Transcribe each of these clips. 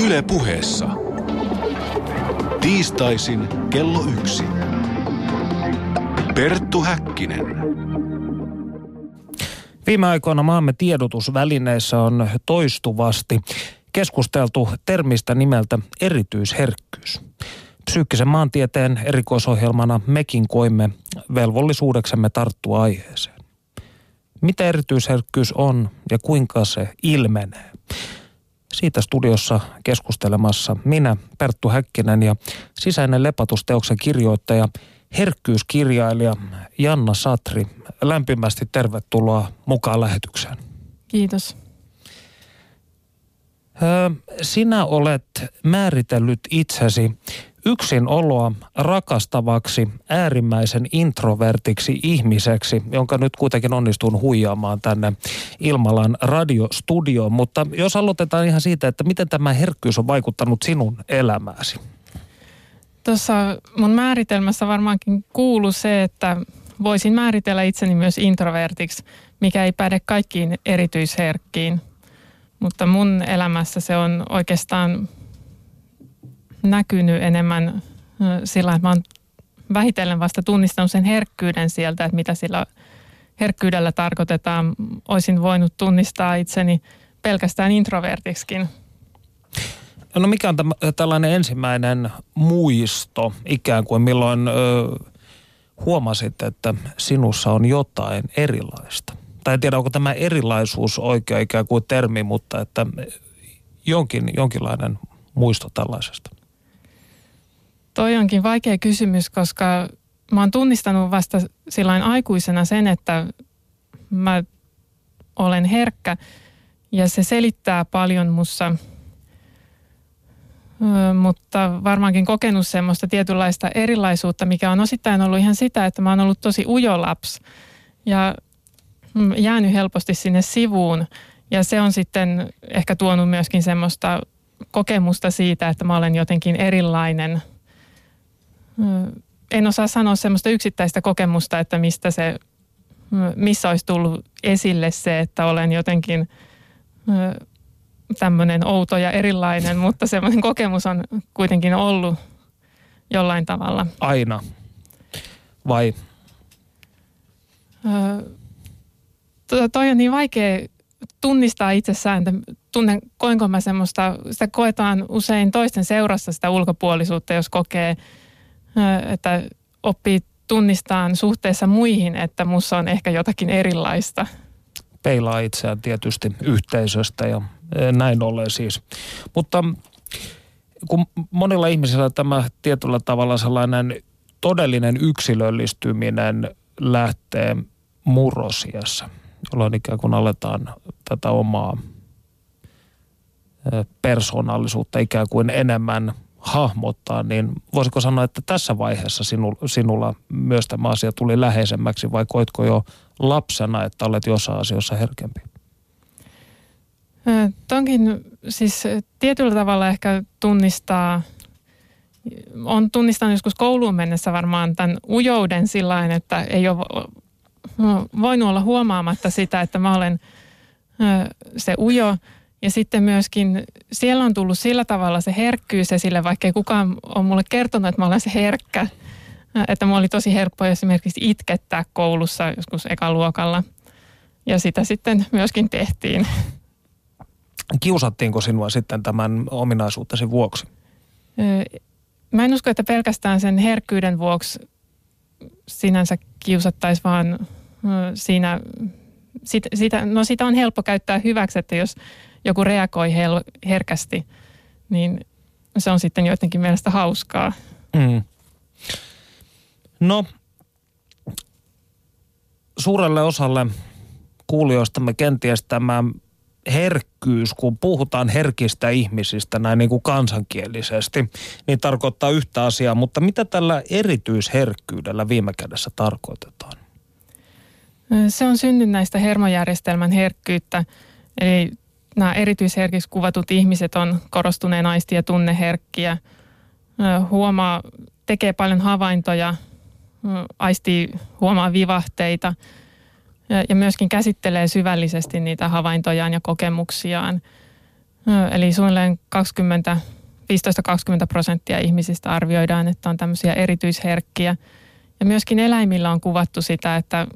Yle Puheessa. Tiistaisin kello 1. Perttu Häkkinen. Viime aikoina maamme tiedotusvälineissä on toistuvasti keskusteltu termistä nimeltä erityisherkkyys. Psyykkisen maantieteen erikoisohjelmana mekin koimme velvollisuudeksemme tarttua aiheeseen. Mitä erityisherkkyys on ja kuinka se ilmenee? Siitä studiossa keskustelemassa minä, Perttu Häkkinen, ja sisäinen lepotusteoksen kirjoittaja, herkkyyskirjailija Janna Satri. Lämpimästi tervetuloa mukaan lähetykseen. Kiitos. Sinä olet määritellyt itsesi yksinoloa rakastavaksi, äärimmäisen introvertiksi ihmiseksi, jonka nyt kuitenkin onnistun huijaamaan tänne Ilmalan radiostudioon. Mutta jos aloitetaan ihan siitä, että miten tämä herkkyys on vaikuttanut sinun elämääsi? Tuossa mun määritelmässä varmaankin kuuluu se, että voisin määritellä itseni myös introvertiksi, mikä ei päde kaikkiin erityisherkkiin. Mutta mun elämässä se on oikeastaan näkynyt enemmän sillä, että mä oon vähitellen vasta tunnistanut sen herkkyyden sieltä, että mitä sillä herkkyydellä tarkoitetaan. Olisin voinut tunnistaa itseni pelkästään introvertiksikin. No mikä on tällainen ensimmäinen muisto ikään kuin, milloin huomasit, että sinussa on jotain erilaista? Tai en tiedä, onko tämä erilaisuus oikea ikään kuin termi, mutta että jonkinlainen muisto tällaisesta. Toi onkin vaikea kysymys, koska mä oon tunnistanut vasta sillain aikuisena sen, että mä olen herkkä ja se selittää paljon mussa, mutta varmaankin kokenut semmoista tietynlaista erilaisuutta, mikä on osittain ollut ihan sitä, että mä oon ollut tosi ujo lapsi ja jäänyt helposti sinne sivuun ja se on sitten ehkä tuonut myöskin semmoista kokemusta siitä, että mä olen jotenkin erilainen. En osaa sanoa semmoista yksittäistä kokemusta, että missä olisi tullut esille se, että olen jotenkin tämmöinen outo ja erilainen, mutta semmoinen kokemus on kuitenkin ollut jollain tavalla. Aina? Vai? Toi on niin vaikea tunnistaa itsessään, koinko mä semmoista, sitä koetaan usein toisten seurassa sitä ulkopuolisuutta, jos kokee, että oppii tunnistamaan suhteessa muihin, että musta on ehkä jotakin erilaista. Peilaa itseään tietysti yhteisöstä ja näin ollen siis. Mutta kun monilla ihmisillä tämä tietyllä tavalla sellainen todellinen yksilöllistyminen lähtee murrosiässä, jolloin ikään kuin aletaan tätä omaa persoonallisuutta ikään kuin enemmän hahmottaa, niin voisiko sanoa, että tässä vaiheessa sinulla myös tämä asia tuli läheisemmäksi vai koitko jo lapsena, että olet jossain asioissa herkempi? Tonkin siis tietyllä tavalla ehkä on tunnistanut joskus kouluun mennessä varmaan tämän ujouden sillain, että ei ole voinut olla huomaamatta sitä, että mä olen se ujo. Ja sitten myöskin siellä on tullut sillä tavalla se herkkyys esille, vaikka ei kukaan ole mulle kertonut, että mä olen se herkkä. Että mulla oli tosi helppo esimerkiksi itkettää koulussa joskus ekaluokalla. Ja sitä sitten myöskin tehtiin. Kiusattiinko sinua sitten tämän ominaisuutesi vuoksi? Mä en usko, että pelkästään sen herkkyyden vuoksi sinänsä kiusattaisi, vaan sitä on helppo käyttää hyväksi, että jos joku reagoi herkästi, niin se on sitten jotenkin mielestä hauskaa. Mm. No, suurelle osalle kuulijoistamme kenties tämä herkkyys, kun puhutaan herkistä ihmisistä näin niin kuin kansankielisesti, niin tarkoittaa yhtä asiaa, mutta mitä tällä erityisherkkyydellä viime kädessä tarkoitetaan? Se on synnynnäistä hermojärjestelmän herkkyyttä, eli nämä erityisherkiksi kuvatut ihmiset on korostuneen aisti- ja tunneherkkiä, tekee paljon havaintoja, huomaa vivahteita ja myöskin käsittelee syvällisesti niitä havaintojaan ja kokemuksiaan. Eli suunnilleen 15-20% ihmisistä arvioidaan, että on tämmöisiä erityisherkkiä. Ja myöskin eläimillä on kuvattu sitä, että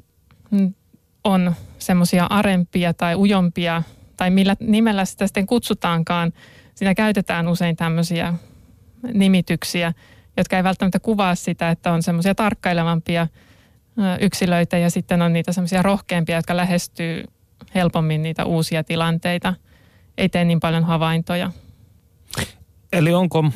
on semmoisia arempia tai ujompia, tai millä nimellä sitä sitten kutsutaankaan. Siinä käytetään usein tämmöisiä nimityksiä, jotka ei välttämättä kuvaa sitä, että on semmoisia tarkkailevampia yksilöitä ja sitten on niitä semmoisia rohkeampia, jotka lähestyy helpommin niitä uusia tilanteita. Ei tee niin paljon havaintoja. Eli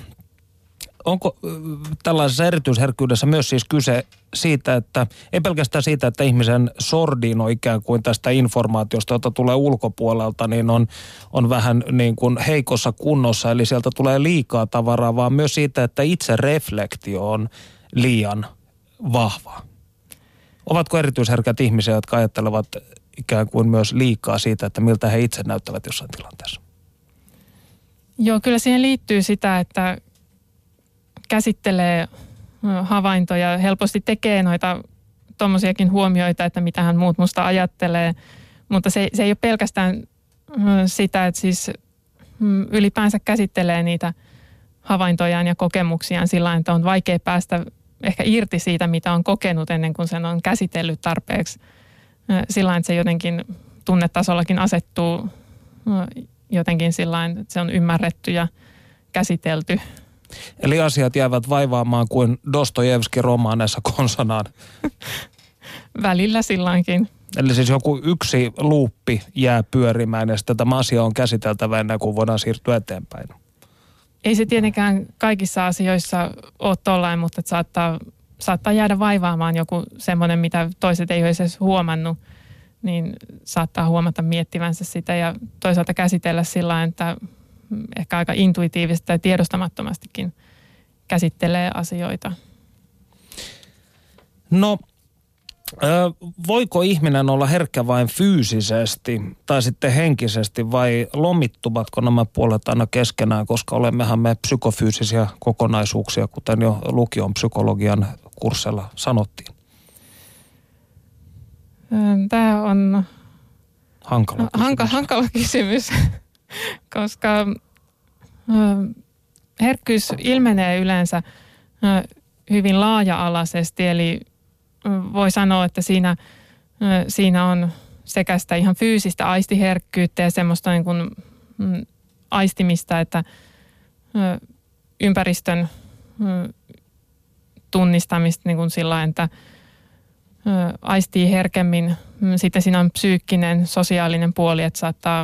onko tällaisessa erityisherkkyydessä myös siis kyse siitä, että ei pelkästään siitä, että ihmisen sordiino ikään kuin tästä informaatiosta, jota tulee ulkopuolelta, niin on vähän niin kuin heikossa kunnossa, eli sieltä tulee liikaa tavaraa, vaan myös siitä, että itse reflektio on liian vahva. Ovatko erityisherkät ihmisiä, jotka ajattelevat ikään kuin myös liikaa siitä, että miltä he itse näyttävät jossain tilanteessa? Joo, kyllä siihen liittyy sitä, että käsittelee havaintoja, helposti tekee noita tommosiakin huomioita, että mitähän muut musta ajattelee, mutta se ei ole pelkästään sitä, että siis ylipäänsä käsittelee niitä havaintojaan ja kokemuksiaan sillä tavalla, että on vaikea päästä ehkä irti siitä, mitä on kokenut ennen kuin sen on käsitellyt tarpeeksi sillä tavalla, että se jotenkin tunnetasollakin asettuu jotenkin sillä tavalla, että se on ymmärretty ja käsitelty. Eli asiat jäävät vaivaamaan kuin Dostojevskin romaaneissa konsanaan. Välillä silloinkin. Eli siis joku yksi luuppi jää pyörimään ja sitten tämä asia on käsiteltävä ennen kuin voidaan siirtyä eteenpäin. Ei se tietenkään kaikissa asioissa ole tollain, mutta saattaa jäädä vaivaamaan joku semmoinen, mitä toiset ei ole edes huomannut, niin saattaa huomata miettivänsä sitä ja toisaalta käsitellä sillä, että ehkä aika intuitiivisesti tai tiedostamattomastikin käsittelee asioita. No, voiko ihminen olla herkkä vain fyysisesti tai sitten henkisesti vai lomittuvatko nämä puolet aina keskenään, koska olemmehan me psykofyysisiä kokonaisuuksia, kuten jo lukion psykologian kurssilla sanottiin? Tämä on hankala kysymys, koska herkkyys ilmenee yleensä hyvin laaja-alaisesti, eli voi sanoa, että siinä on sekä sitä ihan fyysistä aistiherkkyyttä ja semmoista niin kuin aistimista, että ympäristön tunnistamista niin kuin sillä, että aistii herkemmin. Sitten siinä on psyykkinen, sosiaalinen puoli, että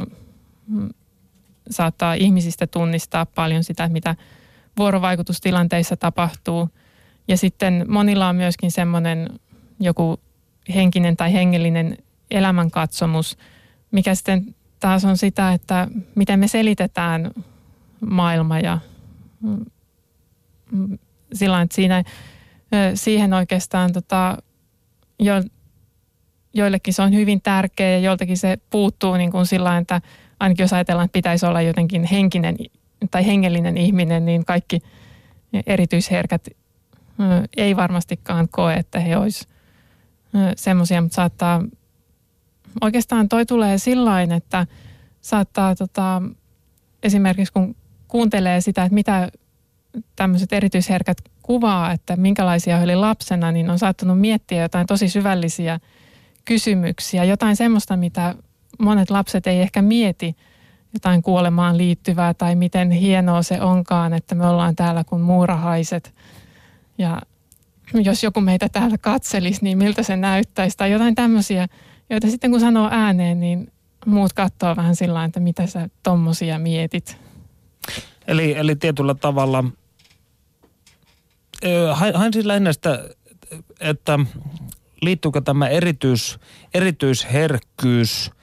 saattaa ihmisistä tunnistaa paljon sitä, mitä vuorovaikutustilanteissa tapahtuu. Ja sitten monilla on myöskin semmoinen joku henkinen tai hengellinen elämänkatsomus, mikä sitten taas on sitä, että miten me selitetään maailma ja sillä että siihen oikeastaan joillekin se on hyvin tärkeä ja joiltakin se puuttuu niin kuin sillä että ainakin jos ajatellaan, että pitäisi olla jotenkin henkinen tai hengellinen ihminen, niin kaikki erityisherkät ei varmastikaan koe, että he olisi semmoisia, mutta saattaa, oikeastaan toi tulee sillain, että saattaa esimerkiksi kun kuuntelee sitä, että mitä tämmöiset erityisherkät kuvaa, että minkälaisia he oli lapsena, niin on saattanut miettiä jotain tosi syvällisiä kysymyksiä, jotain semmoista, mitä monet lapset ei ehkä mieti, jotain kuolemaan liittyvää tai miten hienoa se onkaan, että me ollaan täällä kuin muurahaiset. Ja jos joku meitä täällä katselisi, niin miltä se näyttäisi tai jotain tämmöisiä, joita sitten kun sanoo ääneen, niin muut katsoo vähän sillä tavalla, että mitä sä tommosia mietit. Eli tietyllä tavalla hain siis lähinnä sitä, että liittyykö tämä erityisherkkyys,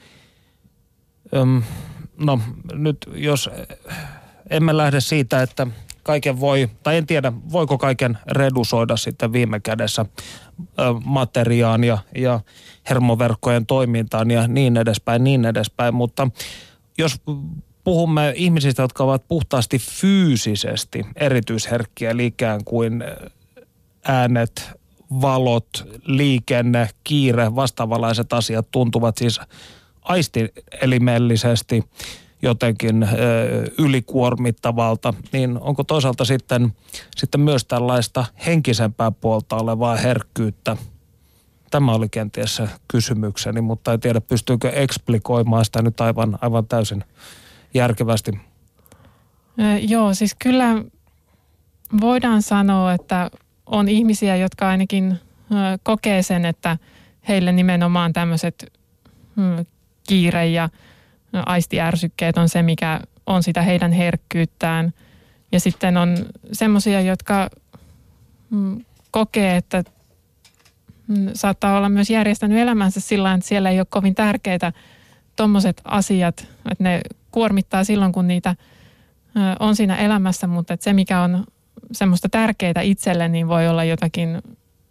no nyt jos emme lähde siitä, että kaiken voi, tai en tiedä, voiko kaiken redusoida sitten viime kädessä materiaan ja hermoverkkojen toimintaan ja niin edespäin, mutta jos puhumme ihmisistä, jotka ovat puhtaasti fyysisesti erityisherkkiä, eli ikään kuin äänet, valot, liikenne, kiire, vastaavanlaiset asiat tuntuvat siis aistielimellisesti jotenkin ylikuormittavalta, niin onko toisaalta sitten myös tällaista henkisempää puolta olevaa herkkyyttä? Tämä oli kenties se kysymykseni, mutta en tiedä, pystyykö eksplikoimaan sitä nyt aivan täysin järkevästi. Joo, siis kyllä voidaan sanoa, että on ihmisiä, jotka ainakin kokee sen, että heille nimenomaan tämmöiset kiire ja aistiärsykkeet on se, mikä on sitä heidän herkkyyttään. Ja sitten on semmoisia, jotka kokee, että saattaa olla myös järjestänyt elämänsä sillä tavalla, että siellä ei ole kovin tärkeitä tommoset asiat, että ne kuormittaa silloin, kun niitä on siinä elämässä, mutta että se, mikä on semmoista tärkeää itselle, niin voi olla jotakin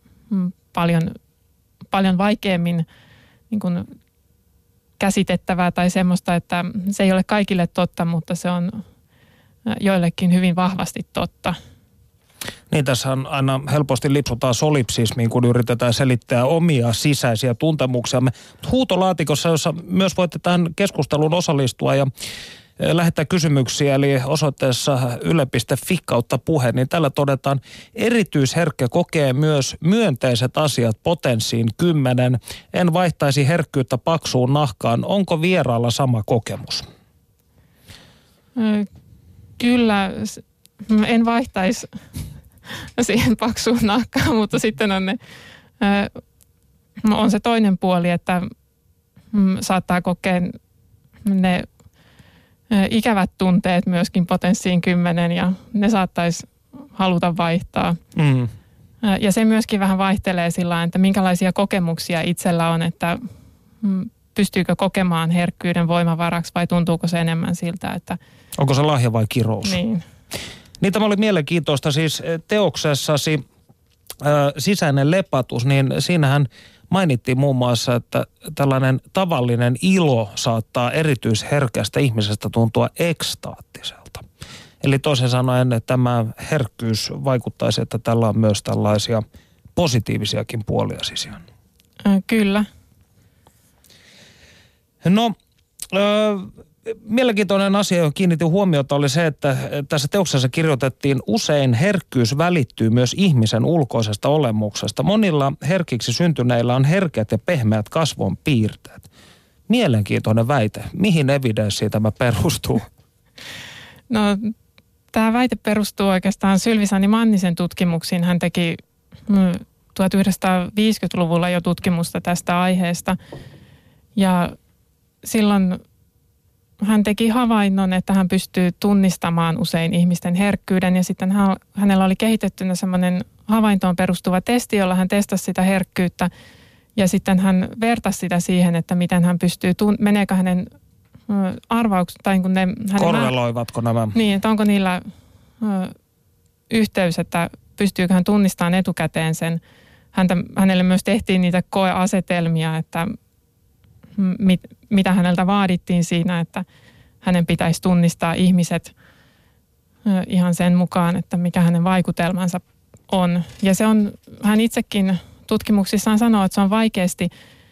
paljon vaikeammin niin kuin käsitettävää tai semmoista, että se ei ole kaikille totta, mutta se on joillekin hyvin vahvasti totta. Niin, tässä on aina helposti lipsutaan solipsismiin, kun yritetään selittää omia sisäisiä tuntemuksiamme. Huutolaatikossa, jossa myös voitte tähän keskusteluun osallistua ja lähettää kysymyksiä, eli osoitteessa yle.fi/puhe, niin tällä todetaan, erityisherkkä kokee myös myönteiset asiat potenssiin 10. En vaihtaisi herkkyyttä paksuun nahkaan. Onko vieraalla sama kokemus? Kyllä, en vaihtaisi siihen paksuun nahkaan, mutta sitten on se toinen puoli, että saattaa kokea ne ikävät tunteet myöskin potenssiin 10 ja ne saattaisi haluta vaihtaa. Ja se myöskin vähän vaihtelee sillä, että minkälaisia kokemuksia itsellä on, että pystyykö kokemaan herkkyyden voimavaraksi vai tuntuuko se enemmän siltä, että... Onko se lahja vai kirous? Niin tämä oli mielenkiintoista siis teoksessasi Sisäinen lepatus, niin siinähän mainittiin muun muassa, että tällainen tavallinen ilo saattaa erityisherkästä ihmisestä tuntua ekstaattiselta. Eli toisin sanoen tämä herkkyys vaikuttaisi, että tällä on myös tällaisia positiivisiakin puolia sisään. Kyllä. No, mielenkiintoinen asia, johon kiinnitin huomiota, oli se, että tässä teoksessa kirjoitettiin, usein herkkyys välittyy myös ihmisen ulkoisesta olemuksesta. Monilla herkiksi syntyneillä on herkät ja pehmeät kasvon piirteet. Mielenkiintoinen väite. Mihin evidenssiin tämä perustuu? No, tämä väite perustuu oikeastaan Sylvi-Sanni Mannisen tutkimuksiin. Hän teki 1950-luvulla jo tutkimusta tästä aiheesta. Ja silloin hän teki havainnon, että hän pystyy tunnistamaan usein ihmisten herkkyyden ja sitten hänellä oli kehitettynä semmoinen havaintoon perustuva testi, jolla hän testasi sitä herkkyyttä ja sitten hän vertasi sitä siihen, että miten hän pystyy, meneekö hänen arvaukset tai kun ne... Korreloivatko nämä? Niin, että onko niillä yhteys, että pystyykö hän tunnistamaan etukäteen sen. Hänelle myös tehtiin niitä koeasetelmia, että mitä häneltä vaadittiin siinä, että hänen pitäisi tunnistaa ihmiset ihan sen mukaan, että mikä hänen vaikutelmansa on. Ja se on, hän itsekin tutkimuksissaan sanoo, että se on vaikeasti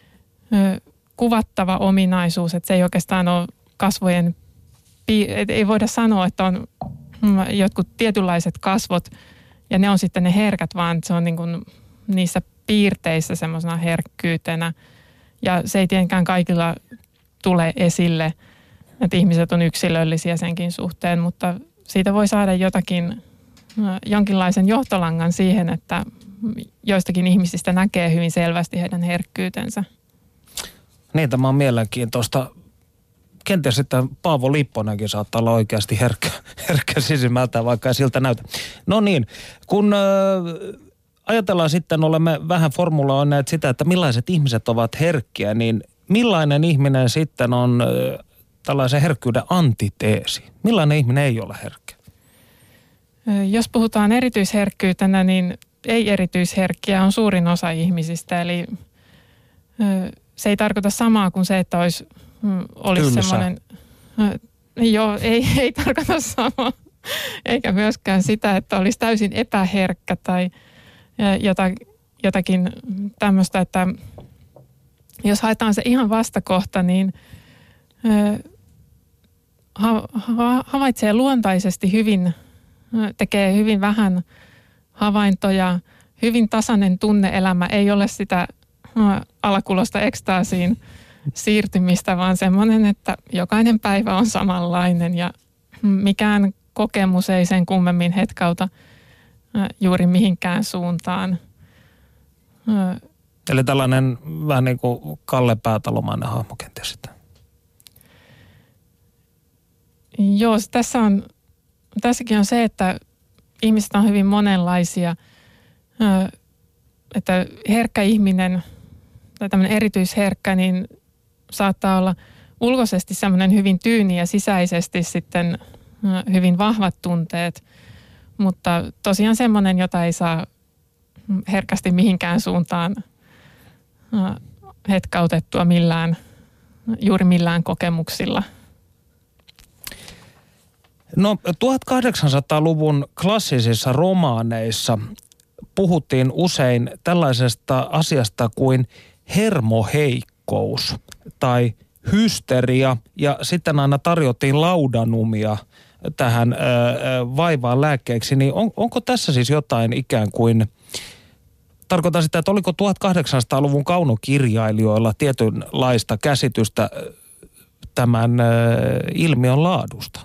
kuvattava ominaisuus, että se ei oikeastaan ole kasvojen, ei voida sanoa, että on jotkut tietynlaiset kasvot ja ne on sitten ne herkät, vaan se on niin kuin niissä piirteissä semmoisena herkkyytenä. Ja se ei tietenkään kaikilla tule esille, että ihmiset on yksilöllisiä senkin suhteen, mutta siitä voi saada jonkinlaisen johtolangan siihen, että joistakin ihmisistä näkee hyvin selvästi heidän herkkyytensä. Niin, tämä on mielenkiintoista. Kenties sitten Paavo Lipponenkin saattaa olla oikeasti herkkä sisimmältään, vaikka ei siltä näytä. No niin, kun ajatellaan sitten, olemme vähän formuloineet sitä, että millaiset ihmiset ovat herkkiä, niin millainen ihminen sitten on tällaisen herkkyyden antiteesi? Millainen ihminen ei ole herkkä? Jos puhutaan erityisherkkyytenä, niin ei-erityisherkkiä on suurin osa ihmisistä. Eli se ei tarkoita samaa kuin se, että olisi semmoinen... Joo, ei tarkoita samaa. Eikä myöskään sitä, että olisi täysin epäherkkä tai jotakin tämmöistä, että jos haetaan se ihan vastakohta, niin havaitsee luontaisesti hyvin, tekee hyvin vähän havaintoja, hyvin tasainen tunne-elämä, ei ole sitä alakulosta ekstaasiin siirtymistä, vaan semmoinen, että jokainen päivä on samanlainen ja mikään kokemus ei sen kummemmin hetkauta juuri mihinkään suuntaan. Eli tällainen vähän niin kuin Kalle Päätalomainen hahmo kenties sitä. Joo, tässäkin on se, että ihmiset on hyvin monenlaisia, että herkkä ihminen tai tämmöinen erityisherkkä, niin saattaa olla ulkoisesti semmoinen hyvin tyyni ja sisäisesti sitten hyvin vahvat tunteet, mutta tosiaan semmoinen, jota ei saa herkästi mihinkään suuntaan hetkautettua juuri millään kokemuksilla. No 1800-luvun klassisissa romaaneissa puhuttiin usein tällaisesta asiasta kuin hermoheikkous tai hysteria ja sitten aina tarjottiin laudanumia tähän vaivaan lääkkeeksi. Niin onko tässä siis jotain ikään kuin, tarkoitan sitä, että oliko 1800-luvun kaunokirjailijoilla tietynlaista käsitystä tämän ilmiön laadusta?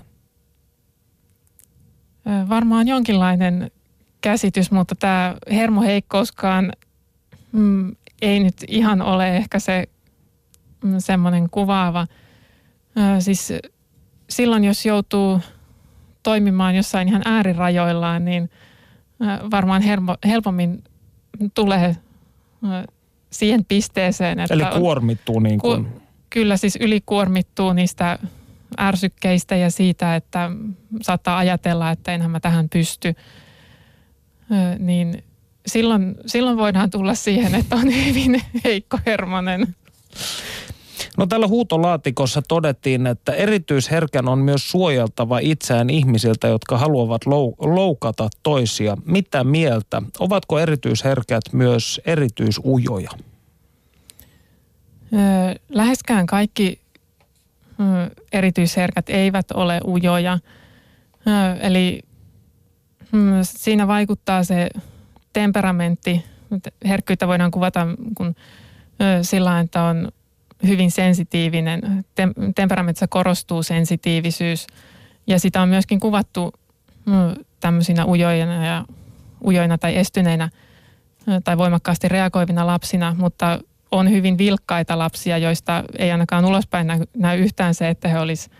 Varmaan jonkinlainen käsitys, mutta tämä hermoheikkouskaan ei nyt ihan ole ehkä se semmoinen kuvaava. Siis silloin, jos joutuu toimimaan jossain ihan äärirajoillaan, niin varmaan helpommin tulee siihen pisteeseen. Että eli kuormittuu niin kuin. Kyllä siis ylikuormittuu niistä ärsykkeistä ja siitä, että saattaa ajatella, että enhän mä tähän pysty. Niin silloin voidaan tulla siihen, että on hyvin heikkohermonen. No tällä huutolaatikossa todettiin, että erityisherkän on myös suojeltava itseään ihmisiltä, jotka haluavat loukata toisia. Mitä mieltä? Ovatko erityisherkät myös erityisujoja? Läheskään kaikki erityisherkät eivät ole ujoja. Eli siinä vaikuttaa se temperamentti. Herkkyyttä voidaan kuvata kun sillä, että on hyvin sensitiivinen. Temperamentissa korostuu sensitiivisyys ja sitä on myöskin kuvattu tämmöisinä ujoina tai estyneinä tai voimakkaasti reagoivina lapsina, mutta on hyvin vilkkaita lapsia, joista ei ainakaan ulospäin näy yhtään se, että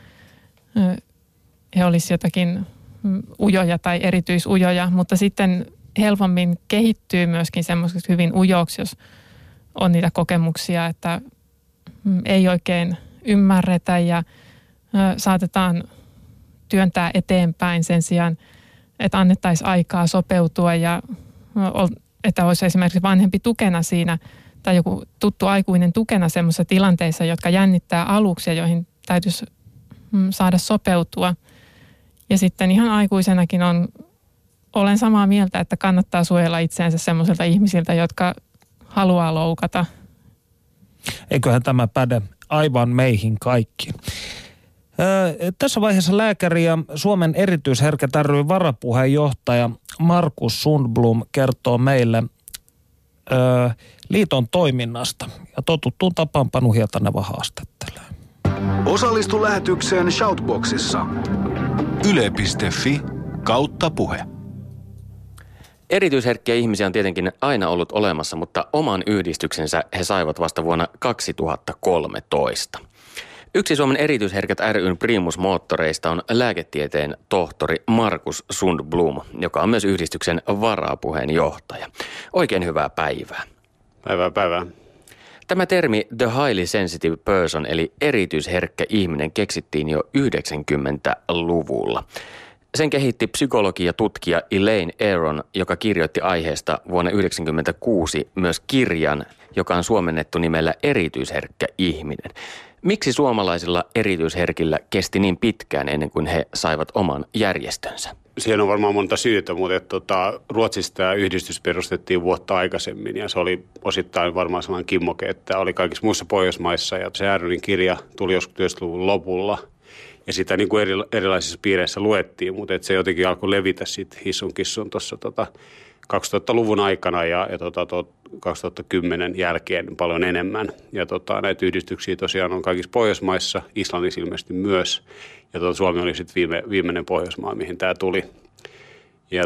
he olisi jotakin ujoja tai erityisujoja, mutta sitten helpommin kehittyy myöskin semmoiseksi hyvin ujoksi, jos on niitä kokemuksia, että ei oikein ymmärretä ja saatetaan työntää eteenpäin sen sijaan, että annettaisiin aikaa sopeutua ja että olisi esimerkiksi vanhempi tukena siinä tai joku tuttu aikuinen tukena semmoisissa tilanteissa, jotka jännittää aluksi ja joihin täytyisi saada sopeutua. Ja sitten ihan aikuisenakin olen samaa mieltä, että kannattaa suojella itseänsä semmoisilta ihmisiltä, jotka haluaa loukata. Eiköhän tämä päde aivan meihin kaikkiin. Tässä vaiheessa lääkäri ja Suomen erityisherkät ry varapuheenjohtaja Markus Sundblom kertoo meille liiton toiminnasta. Ja totuttuun tapaan Panu Hietaneva haastattelee. Osallistu lähetykseen Shoutboxissa. Yle.fi/puhe. Erityisherkkiä ihmisiä on tietenkin aina ollut olemassa, mutta oman yhdistyksensä he saivat vasta vuonna 2013. Yksi Suomen erityisherkät ry:n primusmoottoreista on lääketieteen tohtori Markus Sundblom, joka on myös yhdistyksen varapuheenjohtaja. Oikein hyvää päivää. Päivää. Tämä termi the highly sensitive person eli erityisherkkä ihminen keksittiin jo 90-luvulla. Sen kehitti psykologi ja tutkija Elaine Aron, joka kirjoitti aiheesta vuonna 1996 myös kirjan, joka on suomennettu nimellä Erityisherkkä ihminen. Miksi suomalaisilla erityisherkillä kesti niin pitkään ennen kuin he saivat oman järjestönsä? Siihen on varmaan monta syytä, mutta Ruotsissa tämä yhdistys perustettiin vuotta aikaisemmin ja se oli osittain varmaan sellainen kimmoke, että oli kaikissa muissa Pohjoismaissa ja se RY:n kirja tuli joskus 90-luvun lopulla. Ja sitä niin kuin erilaisissa piireissä luettiin, mutta se jotenkin alkoi levitä sitten hissun kissun tuossa 2000-luvun aikana ja 2010 jälkeen paljon enemmän. Ja näitä yhdistyksiä tosiaan on kaikissa Pohjoismaissa, Islannissa ilmeisesti myös. Ja Suomi oli sitten viimeinen Pohjoismaa, mihin tämä tuli. Ja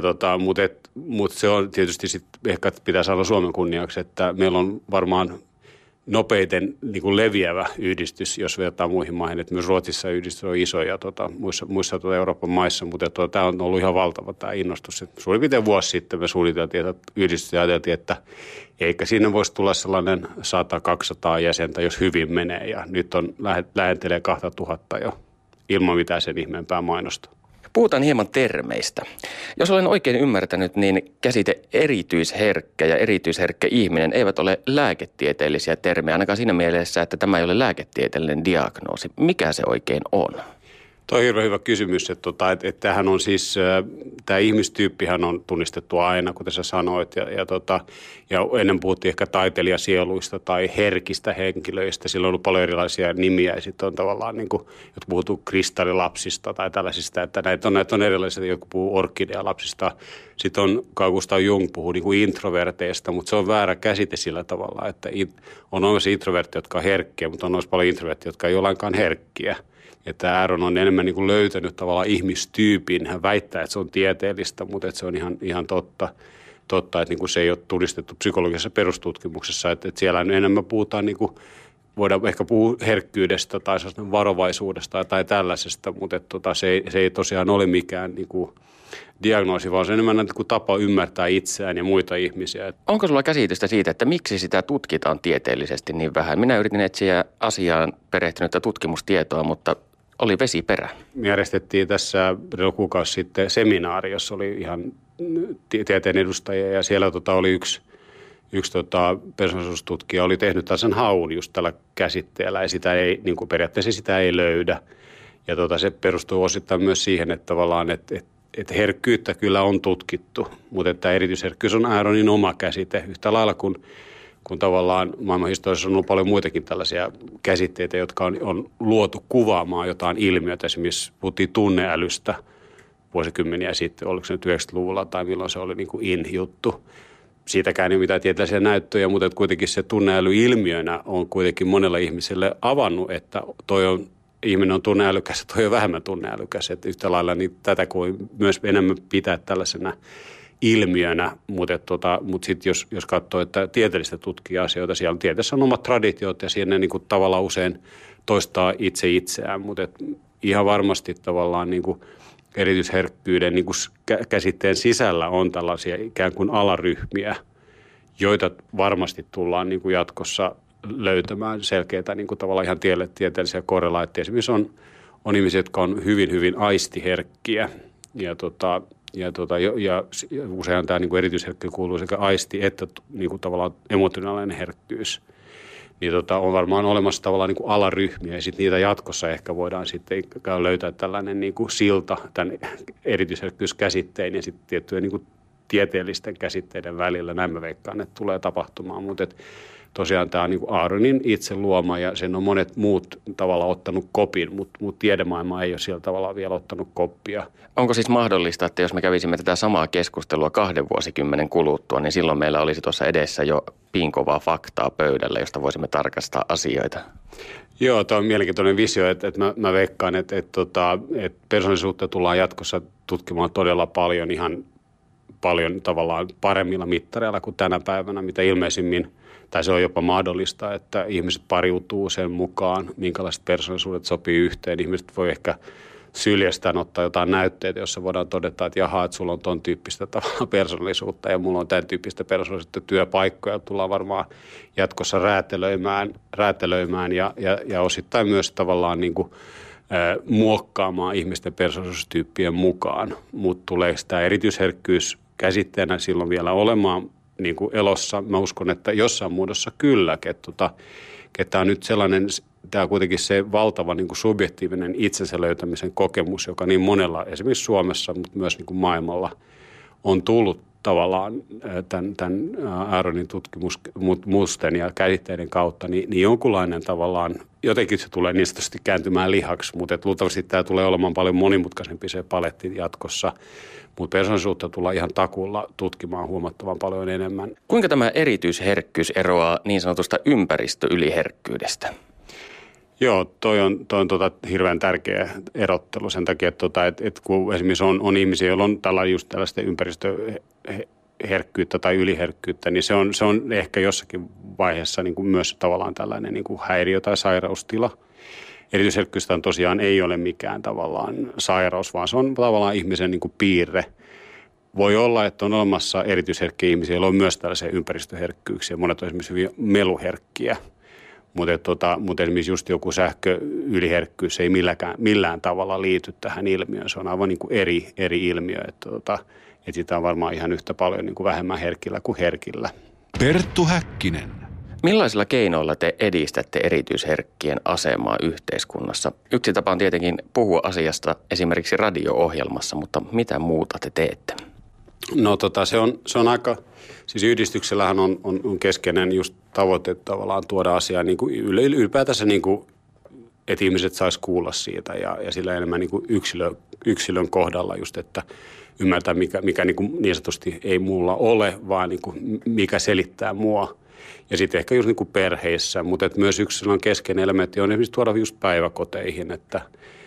mutta se on tietysti sitten ehkä pitää sanoa Suomen kunniaksi, että meillä on varmaan nopeiten niin kuin leviävä yhdistys, jos vertaa muihin maihin. Että myös Ruotsissa yhdistys on iso ja muissa Euroopan maissa, mutta tämä on ollut ihan valtava tämä innostus. Suurin piirtein vuosi sitten me suunniteltiin että yhdistys ja ajateltiin, että eikä siinä voisi tulla sellainen 100-200 jäsentä, jos hyvin menee. Ja nyt on lähentelee 2000 jo ilman mitään sen ihmeempää mainosta. Puhutaan hieman termeistä. Jos olen oikein ymmärtänyt, niin käsite erityisherkkä ja erityisherkkä ihminen eivät ole lääketieteellisiä termejä, ainakaan siinä mielessä, että tämä ei ole lääketieteellinen diagnoosi. Mikä se oikein on? Tuo on hirveän hyvä kysymys, että tämähän on siis, tämä ihmistyyppihän on tunnistettu aina, kuten sä sanoit, ja ennen puhuttiin ehkä taiteilijasieluista tai herkistä henkilöistä, sillä on ollut paljon erilaisia nimiä, ja sitten on tavallaan, niin kuin, jotka puhuttu kristallilapsista tai tällaisista, että näitä on erilaisia, joku puhuu orkidealapsista, sitten on Carl Gustav Jung puhuu niin kuin introverteista, mutta se on väärä käsite sillä tavalla, että on olemassa introvertteja, jotka on herkkiä, mutta on olemassa paljon introvertteja, jotka ei ole lainkaan herkkiä. Että Aaron on enemmän niin kuin löytänyt tavallaan ihmistyypin. Hän väittää, että se on tieteellistä, mutta että se on ihan totta, että niin kuin se ei ole tunnistettu psykologisessa perustutkimuksessa. Että siellä enemmän puhutaan, niin kuin, voidaan ehkä puhua herkkyydestä tai varovaisuudesta tai tällaisesta, mutta että se ei tosiaan ole mikään niin kuin diagnoosi, vaan se on enemmän niin kuin tapa ymmärtää itseään ja muita ihmisiä. Onko sulla käsitystä siitä, että miksi sitä tutkitaan tieteellisesti niin vähän? Minä yritin etsiä asiaan perehtynyttä tutkimustietoa, mutta oli vesiperä. Me järjestettiin tässä reilu kuukausi sitten seminaari, jossa oli ihan tieteen edustajia ja siellä oli yksi persoonallisuustutkija oli tehnyt tällaisen haun just tällä käsitteellä ja sitä ei, niin kuin periaatteessa sitä ei löydä. Ja se perustuu osittain myös siihen, että tavallaan, että herkkyyttä kyllä on tutkittu, mutta että erityisherkkyys on Aaronin oma käsite yhtä lailla kuin tavallaan maailmanhistoriassa on ollut paljon muitakin tällaisia käsitteitä, jotka on luotu kuvaamaan jotain ilmiötä. Esimerkiksi puhuttiin tunneälystä vuosikymmeniä sitten, oliko se nyt 90-luvulla tai milloin se oli niin kuin in-juttu. Siitäkään ei ole mitään tieteellisiä näyttöjä, mutta että kuitenkin se tunneäly ilmiönä on kuitenkin monella ihmiselle avannut, että ihminen on tunneälykäs ja toi on vähemmän tunneälykäs. Että yhtä lailla niin tätä kuin myös enemmän pitää tällaisena ilmiönä, mutta sitten jos katsoo, että tieteellistä tutkii asioita, siellä tieteessä on omat traditiot ja siinä niin kuin tavallaan usein toistaa itseään, mutta ihan varmasti tavallaan niin kuin erityisherkkyyden niin kuin käsitteen sisällä on tällaisia ikään kuin alaryhmiä, joita varmasti tullaan niin kuin jatkossa löytämään selkeitä niin kuin tavallaan ihan tieteellisiä korrelaatteja. Esimerkiksi on ihmisiä, jotka on hyvin, hyvin aistiherkkiä ja usein tämä niin kuin erityisherkkyys kuuluu sekä aisti että niin kuin tavallaan emotionaalinen herkkyys. Niin on varmaan olemassa tavallaan niin kuin alaryhmiä ja sitten niitä jatkossa ehkä voidaan sitten löytää tällainen niin kuin silta tämän erityisherkkyyskäsitteen ja sitten tiettyjen niin kuin tieteellisten käsitteiden välillä. Näin mä veikkaan, että tulee tapahtumaan, mutta tosiaan tämä on niin kuin Aaronin itse luoma ja sen on monet muut tavalla ottanut kopin, mutta tiedemaailma ei ole sillä tavalla vielä ottanut koppia. Onko siis mahdollista, että jos me kävisimme tätä samaa keskustelua 2 vuosikymmenen kuluttua, niin silloin meillä olisi tuossa edessä jo piinkovaa faktaa pöydällä, josta voisimme tarkastaa asioita? Joo, tämä on mielenkiintoinen visio, että mä veikkaan, että persoonallisuutta tullaan jatkossa tutkimaan todella paljon tavallaan paremmilla mittareilla kuin tänä päivänä, mitä ilmeisimmin, tai se on jopa mahdollista, että ihmiset pariutuu sen mukaan, minkälaiset persoonallisuudet sopii yhteen. Ihmiset voi ehkä syljestään ottaa jotain näytteitä, jossa voidaan todeta, että jaha, että sulla on ton tyyppistä persoonallisuutta ja mulla on tämän tyyppistä persoonallisuutta. Työpaikkoja tullaan varmaan jatkossa räätälöimään ja osittain myös tavallaan niin kuin muokkaamaan ihmisten persoonallisuustyyppien mukaan. Mutta tulee sitä erityisherkkyys käsitteenä silloin vielä olemaan niin kuin elossa. Mä uskon, että jossain muodossa kyllä, että on nyt sellainen, tämä on kuitenkin se valtava niin kuin subjektiivinen itsensä löytämisen kokemus, joka niin monella, esimerkiksi Suomessa, mutta myös niin kuin maailmalla, on tullut tavallaan tämän Aaronin tutkimusten ja käsitteiden kautta, niin jonkunlainen tavallaan, jotenkin se tulee niin sanotusti kääntymään lihaksi, mutta luultavasti tämä tulee olemaan paljon monimutkaisempi se paletti jatkossa, mutta persoonallisuutta tullaan ihan takuulla tutkimaan huomattavan paljon enemmän. Kuinka tämä erityisherkkyys eroaa niin sanotusta ympäristöyliherkkyydestä? Joo, toi on hirveän tärkeä erottelu sen takia, että kun esimerkiksi on ihmisiä, joilla on tällaista ympäristöherkkyyttä tai yliherkkyyttä, niin se on ehkä jossakin vaiheessa niin kuin myös tavallaan tällainen niin kuin häiriö- tai sairaustila. Erityisherkkyys tosiaan ei ole mikään tavallaan sairaus, vaan se on tavallaan ihmisen niin kuin piirre. Voi olla, että on olemassa erityisherkkiä ihmisiä, joilla on myös tällaisia ympäristöherkkyyksiä. Monet on esimerkiksi hyvin meluherkkiä. Mutta esimerkiksi just joku sähköyliherkkyys ei millään tavalla liity tähän ilmiöön. Se on aivan niin kuin eri ilmiö. Että sitä on varmaan ihan yhtä paljon niin kuin vähemmän herkillä kuin herkillä. Perttu Häkkinen. Millaisilla keinoilla te edistätte erityisherkkien asemaa yhteiskunnassa? Yksi tapa on tietenkin puhua asiasta esimerkiksi radio-ohjelmassa, mutta mitä muuta te teette? No se on aika, siis yhdistyksellähän on keskeinen just tavoite tavallaan tuoda asiaa niin kuin ylipäätänsä niin kuin, että ihmiset sais kuulla siitä ja sillä enemmän niin kuin yksilön kohdalla just, että ymmärtää mikä niin sanotusti ei muulla ole, vaan niin kuin mikä selittää mua. Ja sitten ehkä just niin kuin perheissä, mutta myös yksi keskeinen elementti on esimerkiksi tuoda just päiväkoteihin, että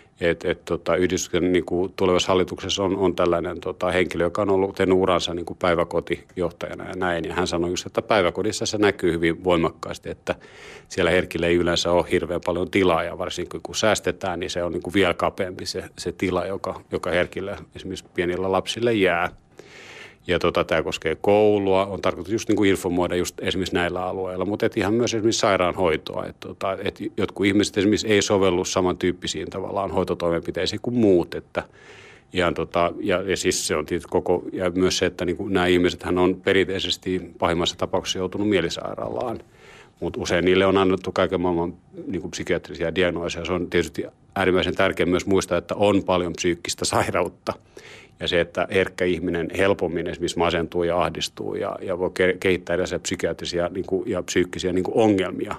yhdistyksen niin kuin tulevassa hallituksessa on tällainen henkilö, joka on tehnyt uransa niin kuin päiväkotijohtajana ja näin. Ja hän sanoi just, että päiväkodissa se näkyy hyvin voimakkaasti, että siellä herkille ei yleensä ole hirveän paljon tilaa ja varsinkin kun säästetään, niin se on niin kuin vielä kapeampi se tila, joka herkille esimerkiksi pienillä lapsille jää. Ja tämä koskee koulua, on tarkoitus just niin kuin informoida just esimerkiksi näillä alueilla, mutta ihan myös esimerkiksi sairaanhoitoa. Että jotkut ihmiset esimerkiksi ei sovellu samantyyppisiin tavallaan hoitotoimenpiteisiin kuin muut. Että ihan ja siis se on tietysti ja myös se, että niin kuin nämä ihmisethän on perinteisesti pahimmassa tapauksessa joutunut mielisairaalaan. Mutta usein niille on annettu kaiken maailman niin kuin psykiatrisia diagnooseja. Se on tietysti äärimmäisen tärkeää myös muistaa, että on paljon psyykkistä sairautta. Ja se, että herkkä ihminen helpommin esimerkiksi masentuu ja ahdistuu ja voi kehittää erilaisia psykiatrisia niin kuin, ja psyykkisiä niin kuin ongelmia.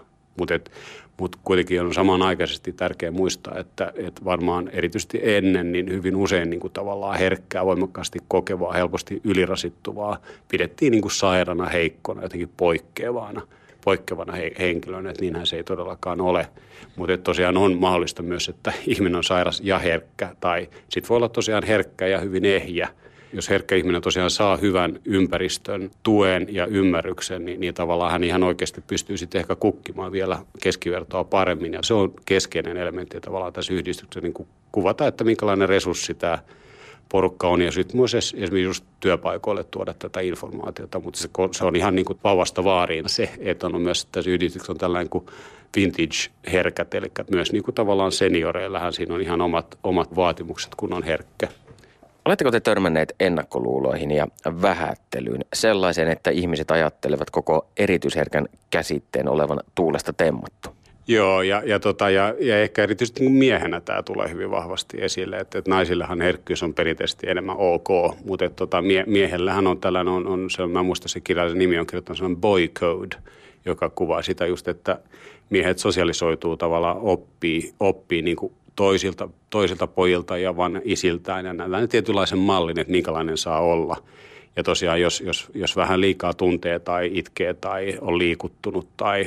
Mutta kuitenkin on samanaikaisesti tärkeää muistaa, että varmaan erityisesti ennen niin hyvin usein niin kuin tavallaan herkkää, voimakkaasti kokevaa, helposti ylirasittuvaa pidettiin niin kuin sairana, heikkona, jotenkin poikkeavana henkilönä, että niinhän se ei todellakaan ole. Mutta tosiaan on mahdollista myös, että ihminen on sairas ja herkkä, tai sitten voi olla tosiaan herkkä ja hyvin ehjä. Jos herkkä ihminen tosiaan saa hyvän ympäristön, tuen ja ymmärryksen, niin tavallaan hän ihan oikeasti pystyy sitten ehkä kukkimaan vielä keskivertoa paremmin. Ja se on keskeinen elementti tavallaan tässä yhdistyksessä niin kuvata, että minkälainen resurssi tämä porukka on ja sitten myös esimerkiksi just työpaikoille tuoda tätä informaatiota, mutta se on ihan niin kuin vauvasta vaariin se, että on myös tässä yhdistyksessä on tällainen kuin vintage-herkät, eli myös niin kuin tavallaan senioreillähän siinä on ihan omat vaatimukset, kun on herkkä. Oletteko te törmänneet ennakkoluuloihin ja vähättelyyn sellaiseen, että ihmiset ajattelevat koko erityisherkän käsitteen olevan tuulesta temmattu? Joo, ja ehkä erityisesti niin miehenä tämä tulee hyvin vahvasti esille, että naisillehan herkkyys on perinteisesti enemmän ok, mutta miehellähän on tällainen, mä muistan se kirjallisen nimi on kirjoittanut sellainen boy code, joka kuvaa sitä just, että miehet sosialisoituu tavallaan, oppii niin kuin toisilta pojilta ja vaan isiltään ja näin tietynlaisen mallin, että minkälainen saa olla. Ja tosiaan, jos vähän liikaa tuntee tai itkee tai on liikuttunut tai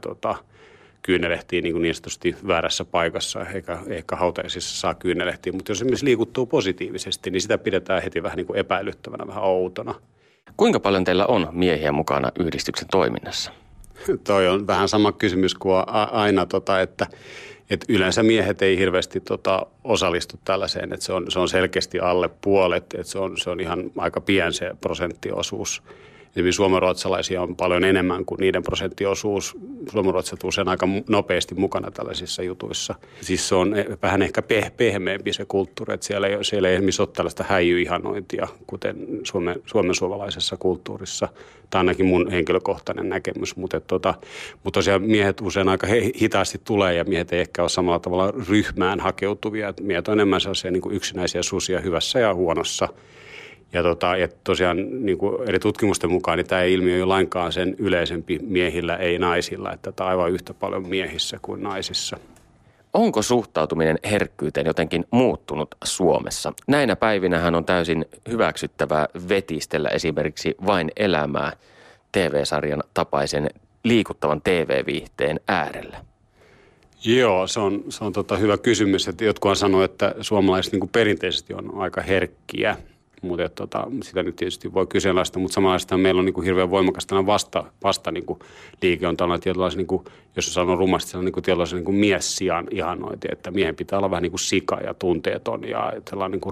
kyynelehtii niin sanotusti väärässä paikassa, eikä hautajaisissa saa kyynelehtiä. Mutta jos esimerkiksi liikuttuu positiivisesti, niin sitä pidetään heti vähän niin kuin epäilyttävänä, vähän outona. Kuinka paljon teillä on miehiä mukana yhdistyksen toiminnassa? Toi on vähän sama kysymys kuin aina, että yleensä miehet ei hirveästi osallistu tällaiseen, että se on selkeästi alle puolet, että se on ihan aika pien se prosenttiosuus. Esimerkiksi suomenruotsalaisia on paljon enemmän kuin niiden prosenttiosuus. Suomenruotsalaiset usein aika nopeasti mukana tällaisissa jutuissa. Siis se on vähän ehkä pehmeämpi se kulttuuri, että siellä ei esimerkiksi ole tällaista häijyihanointia, kuten suomalaisessa kulttuurissa. Tämä on ainakin mun henkilökohtainen näkemys, mutta tosiaan miehet usein aika hitaasti tulee ja miehet ei ehkä ole samalla tavalla ryhmään hakeutuvia. Miehet on enemmän sellaisia niin kuin yksinäisiä susia hyvässä ja huonossa. Ja tosiaan niin kuin eri tutkimusten mukaan niin tämä ilmiö ei ole lainkaan sen yleisempi miehillä, ei naisilla, että tämä on aivan yhtä paljon miehissä kuin naisissa. Onko suhtautuminen herkkyyteen jotenkin muuttunut Suomessa? Näinä päivinähän on täysin hyväksyttävää vetistellä esimerkiksi Vain elämää TV-sarjan tapaisen liikuttavan TV-viihteen äärellä. Joo, se on hyvä kysymys, että jotkut sanoo, että suomalaiset niin kuin perinteisesti on aika herkkiä, mutta sitä nyt tietysti voi kyseenalaista, mutta samanlaista meillä on niin kuin hirveän voimakas tällainen vasta niin kuin liike on tällainen tietynlainen, niin kuin, jos sanon rumasti, sellainen niin tietynlainen niin kuin mies-sian ihanointi, että miehen pitää olla vähän niin kuin sika ja tunteeton ja sellainen niin kuin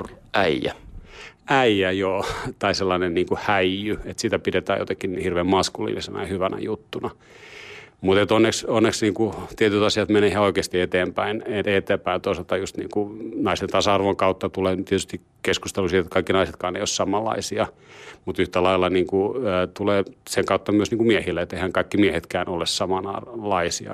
äijä, joo, tai sellainen niin kuin häijy, että sitä pidetään jotenkin hirveän maskuliinisena ja hyvänä juttuna. Mutta onneksi niin kuin tietyt asiat menee ihan oikeasti eteenpäin. Toisaalta just niin kuin naisten tasa-arvon kautta tulee tietysti keskustelu siitä, että kaikki naisetkaan ei ole samanlaisia. Mutta yhtä lailla niin kuin, tulee sen kautta myös niin kuin miehille, että eihän kaikki miehetkään ole samanlaisia.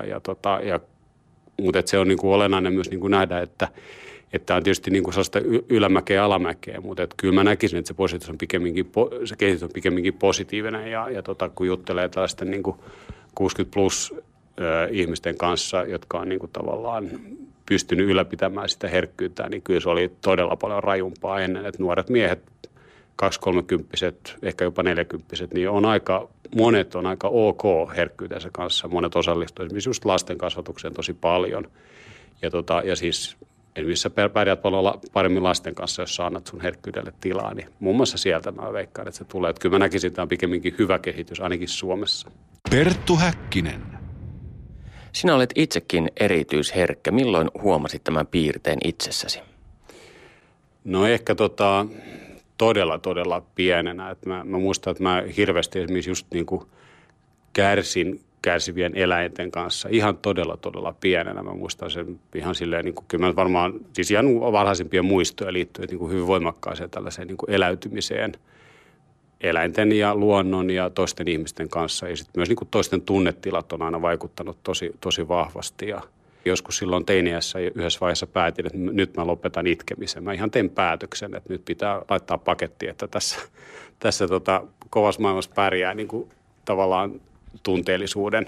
Mutta se on niin kuin olennainen myös niin kuin nähdä, että on tietysti niin kuin sellaista ylämäkeä ja alamäkeä, mutta kyllä mä näkisin, että se kehitys on pikemminkin positiivinen. Ja kun juttelee tällaisten niin kuin 60+ ihmisten kanssa, jotka on niin kuin tavallaan pystynyt ylläpitämään sitä herkkyyttä, niin kyllä se oli todella paljon rajumpaa ennen, että nuoret miehet, 2-30-vuotiaat, ehkä jopa 40-vuotiaat, niin monet on aika ok herkkyytensä kanssa. Monet osallistuivat esimerkiksi just lasten kasvatukseen tosi paljon. Ja siis missä pärjäät paljon paremmin lasten kanssa, jos sä annat sun herkkyydelle tilaa, niin muun muassa sieltä mä veikkaan, että se tulee. Että kyllä mä näkisin, että tämä on pikemminkin hyvä kehitys, ainakin Suomessa. Perttu Häkkinen. Sinä olet itsekin erityisherkkä. Milloin huomasit tämän piirteen itsessäsi? No ehkä todella pienenä. Että mä muistan, että mä hirveästi esimerkiksi just niin kuin kärsivien eläinten kanssa ihan todella pienenä. Mä muistan sen ihan silleen, niin kuin, kyllä mä varmaan siis ihan varhaisimpia muistoja liittyen niin kuin hyvin voimakkaaseen tällaiseen niin kuin eläytymiseen eläinten ja luonnon ja toisten ihmisten kanssa. Ja sitten myös niin kuin toisten tunnetilat on aina vaikuttanut tosi vahvasti. Ja joskus silloin teiniässä yhdessä vaiheessa päätin, että nyt mä lopetan itkemisen. Mä ihan tein päätöksen, että nyt pitää laittaa paketti, että tässä kovassa maailmassa pärjää niin kuin tavallaan tunteellisuuden.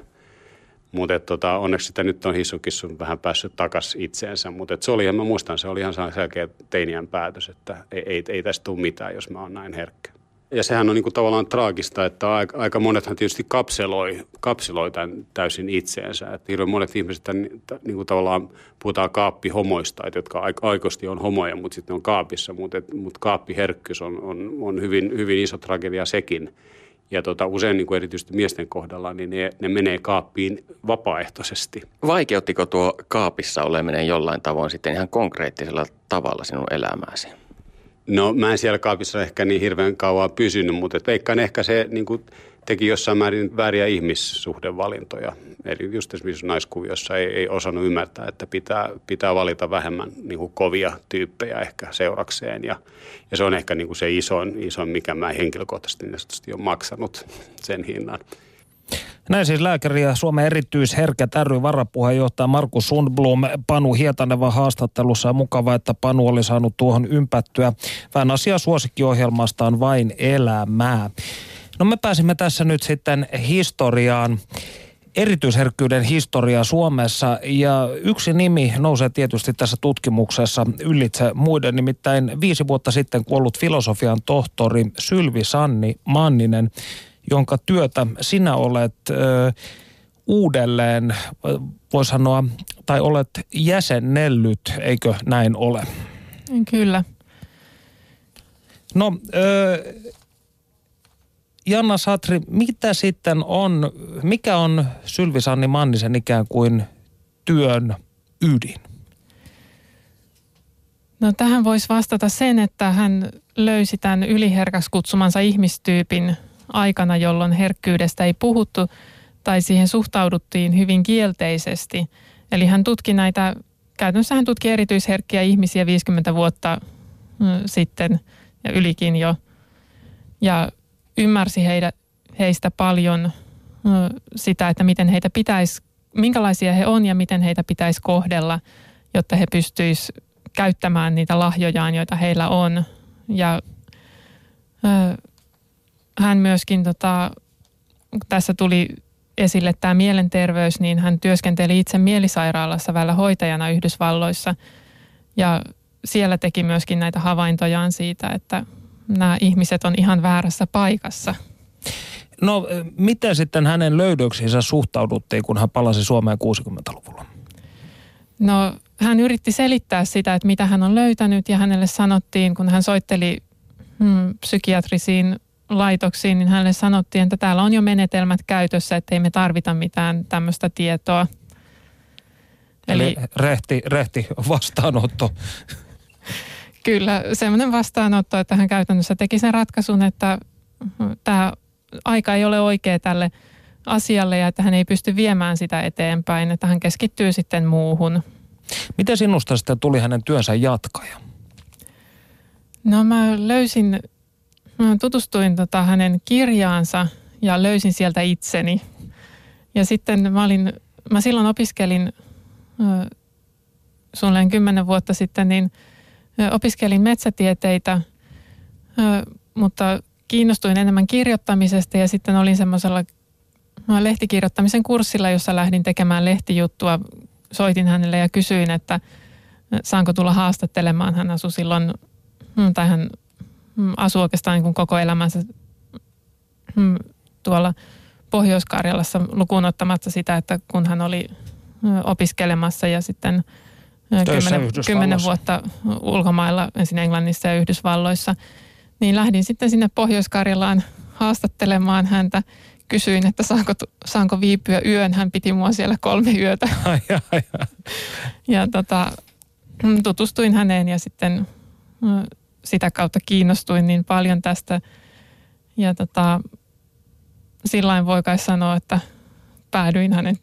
Mutta onneksi sitä nyt on hissukissun vähän päässyt takaisin itseensä. Mutta se oli, mä muistan, se oli ihan selkeä teiniän päätös, että ei tästä tule mitään, jos mä oon näin herkkä. Ja sehän on niinku tavallaan traagista, että aika monethan tietysti kapseloi tämän täysin itseensä. Että hirveän monet ihmiset niinku tavallaan puhutaan kaappihomoista, jotka aikoisesti on homoja, mutta sitten ne on kaapissa. Mutta kaappiherkkyys on hyvin iso tragedia sekin. Ja usein niin kuin erityisesti miesten kohdalla, niin ne menee kaappiin vapaaehtoisesti. Vaikeuttiko tuo kaapissa oleminen jollain tavoin sitten ihan konkreettisella tavalla sinun elämääsi? No mä en siellä kaapissa ehkä niin hirveän kauan pysynyt, mutta veikkaan ehkä se niin kuin teki jossain määrin vääriä ihmissuhdevalintoja. Eli just esimerkiksi naiskuviossa ei osannut ymmärtää, että pitää valita vähemmän niin kuin kovia tyyppejä ehkä seurakseen. Ja se on ehkä niin kuin se isoin, mikä mä henkilökohtaisesti on maksanut sen hinnan. Näin siis lääkäri ja Suomen erityisherkät ry varapuheenjohtaja Markus Sundblom Panu Hietanevan haastattelussa. Ja mukava, että Panu oli saanut tuohon ympättyä. Vähän asiaa suosikkiohjelmastaan Vain elämää. No me pääsimme tässä nyt sitten historiaan, erityisherkkyyden historiaa Suomessa, ja yksi nimi nousee tietysti tässä tutkimuksessa ylitse muiden, nimittäin 5 vuotta sitten kuollut filosofian tohtori Sylvi Sanni Manninen, jonka työtä sinä olet uudelleen, voi sanoa, tai olet jäsennellyt, eikö näin ole? Kyllä. No, Janna Satri, mikä on Sylvi Sanni Mannisen ikään kuin työn ydin? No tähän voisi vastata sen, että hän löysi tämän yliherkäksi kutsumansa ihmistyypin aikana, jolloin herkkyydestä ei puhuttu tai siihen suhtauduttiin hyvin kielteisesti. Eli käytännössä hän tutki erityisherkkiä ihmisiä 50 vuotta sitten ja ylikin jo. Ja ymmärsi heistä paljon sitä, että minkälaisia he on ja miten heitä pitäisi kohdella, jotta he pystyisivät käyttämään niitä lahjojaan, joita heillä on. Ja Hän myöskin, tässä tuli esille tämä mielenterveys, niin hän työskenteli itse mielisairaalassa välillä hoitajana Yhdysvalloissa. Ja siellä teki myöskin näitä havaintojaan siitä, että nämä ihmiset on ihan väärässä paikassa. No, miten sitten hänen löydöksiinsä suhtauduttiin, kun hän palasi Suomeen 60-luvulla? No, hän yritti selittää sitä, että mitä hän on löytänyt, ja hänelle sanottiin, kun hän soitteli psykiatrisiin laitoksiin, niin hänelle sanottiin, että täällä on jo menetelmät käytössä, että ei me tarvita mitään tämmöistä tietoa. Eli rehti vastaanotto. Kyllä, semmoinen vastaanotto, että hän käytännössä teki sen ratkaisun, että tämä aika ei ole oikea tälle asialle ja että hän ei pysty viemään sitä eteenpäin, että hän keskittyy sitten muuhun. Miten sinusta sitten tuli hänen työnsä jatkaja? No mä tutustuin hänen kirjaansa ja löysin sieltä itseni. Ja sitten mä silloin opiskelin suunnilleen 10 vuotta sitten, niin opiskelin metsätieteitä, mutta kiinnostuin enemmän kirjoittamisesta ja sitten olin semmoisella lehtikirjoittamisen kurssilla, jossa lähdin tekemään lehtijuttua. Soitin hänelle ja kysyin, että saanko tulla haastattelemaan. Hän asui silloin, tai hän asui oikeastaan niin kuin koko elämänsä tuolla Pohjois-Karjalassa lukuun ottamatta sitä, että kun hän oli opiskelemassa ja sitten 10 vuotta ulkomailla, ensin Englannissa ja Yhdysvalloissa, niin lähdin sitten sinne Pohjois-Karjalaan haastattelemaan häntä. Kysyin, että saanko viipyä yön. Hän piti mua siellä 3 yötä. Ja tutustuin häneen ja sitten sitä kautta kiinnostuin niin paljon tästä. Ja sillain voi kai sanoa, että päädyin hänen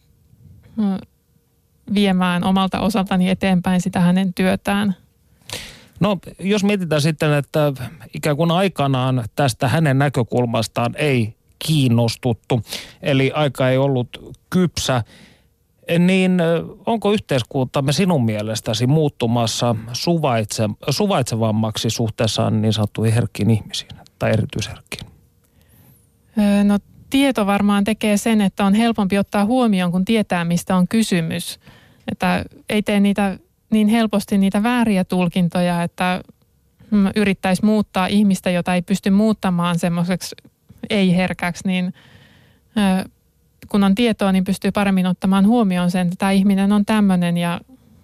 viemään omalta osaltani eteenpäin sitä hänen työtään. No, jos mietitään sitten, että ikään kuin aikanaan tästä hänen näkökulmastaan ei kiinnostuttu, eli aika ei ollut kypsä, niin onko yhteiskuntamme sinun mielestäsi muuttumassa suvaitsevammaksi suhteessaan niin sanottuihin herkkiin ihmisiin tai erityisherkkiin? No, tieto varmaan tekee sen, että on helpompi ottaa huomioon, kun tietää, mistä on kysymys. Että ei tee niin helposti niitä vääriä tulkintoja, että yrittäisi muuttaa ihmistä, jota ei pysty muuttamaan semmoiseksi ei-herkäksi, niin kun on tietoa, niin pystyy paremmin ottamaan huomioon sen, että tämä ihminen on tämmöinen ja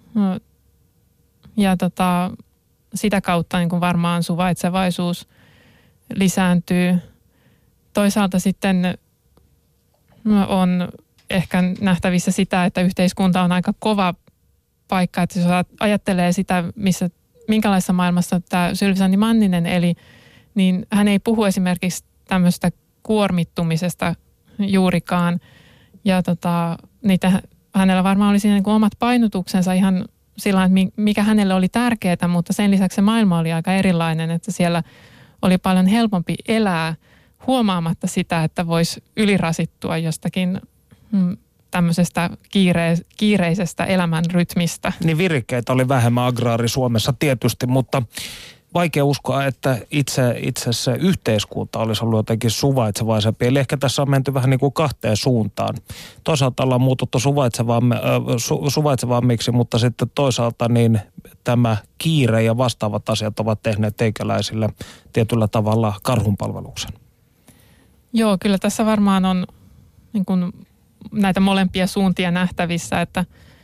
sitä kautta niin kuin varmaan suvaitsevaisuus lisääntyy. Toisaalta sitten on ehkä nähtävissä sitä, että yhteiskunta on aika kova paikka, että jos ajattelee sitä, minkälaisessa maailmassa tämä Sylvi-Sanni Manninen eli, niin hän ei puhu esimerkiksi tämmöistä kuormittumisesta juurikaan. Ja hänellä varmaan oli siinä niin kuin omat painotuksensa ihan sillä, että mikä hänelle oli tärkeää, mutta sen lisäksi se maailma oli aika erilainen, että siellä oli paljon helpompi elää huomaamatta sitä, että voisi ylirasittua jostakin tämmöisestä kiireisestä elämän rytmistä. Niin virikkeitä oli vähemmän agraari Suomessa tietysti, mutta vaikea uskoa, että itse se yhteiskunta olisi ollut jotenkin suvaitsevaisempi. Eli ehkä tässä on menty vähän niin kuin 2 suuntaan. Toisaalta ollaan muututtu suvaitsevammiksi, mutta sitten toisaalta niin tämä kiire ja vastaavat asiat ovat tehneet teikäläisille tietyllä tavalla karhunpalveluksen. Joo, kyllä tässä varmaan on niin kuin näitä molempia suuntia nähtävissä, että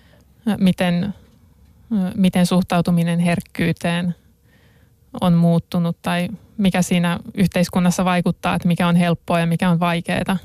miten suhtautuminen herkkyyteen on muuttunut tai mikä siinä yhteiskunnassa vaikuttaa, että mikä on helppoa ja mikä on vaikeaa.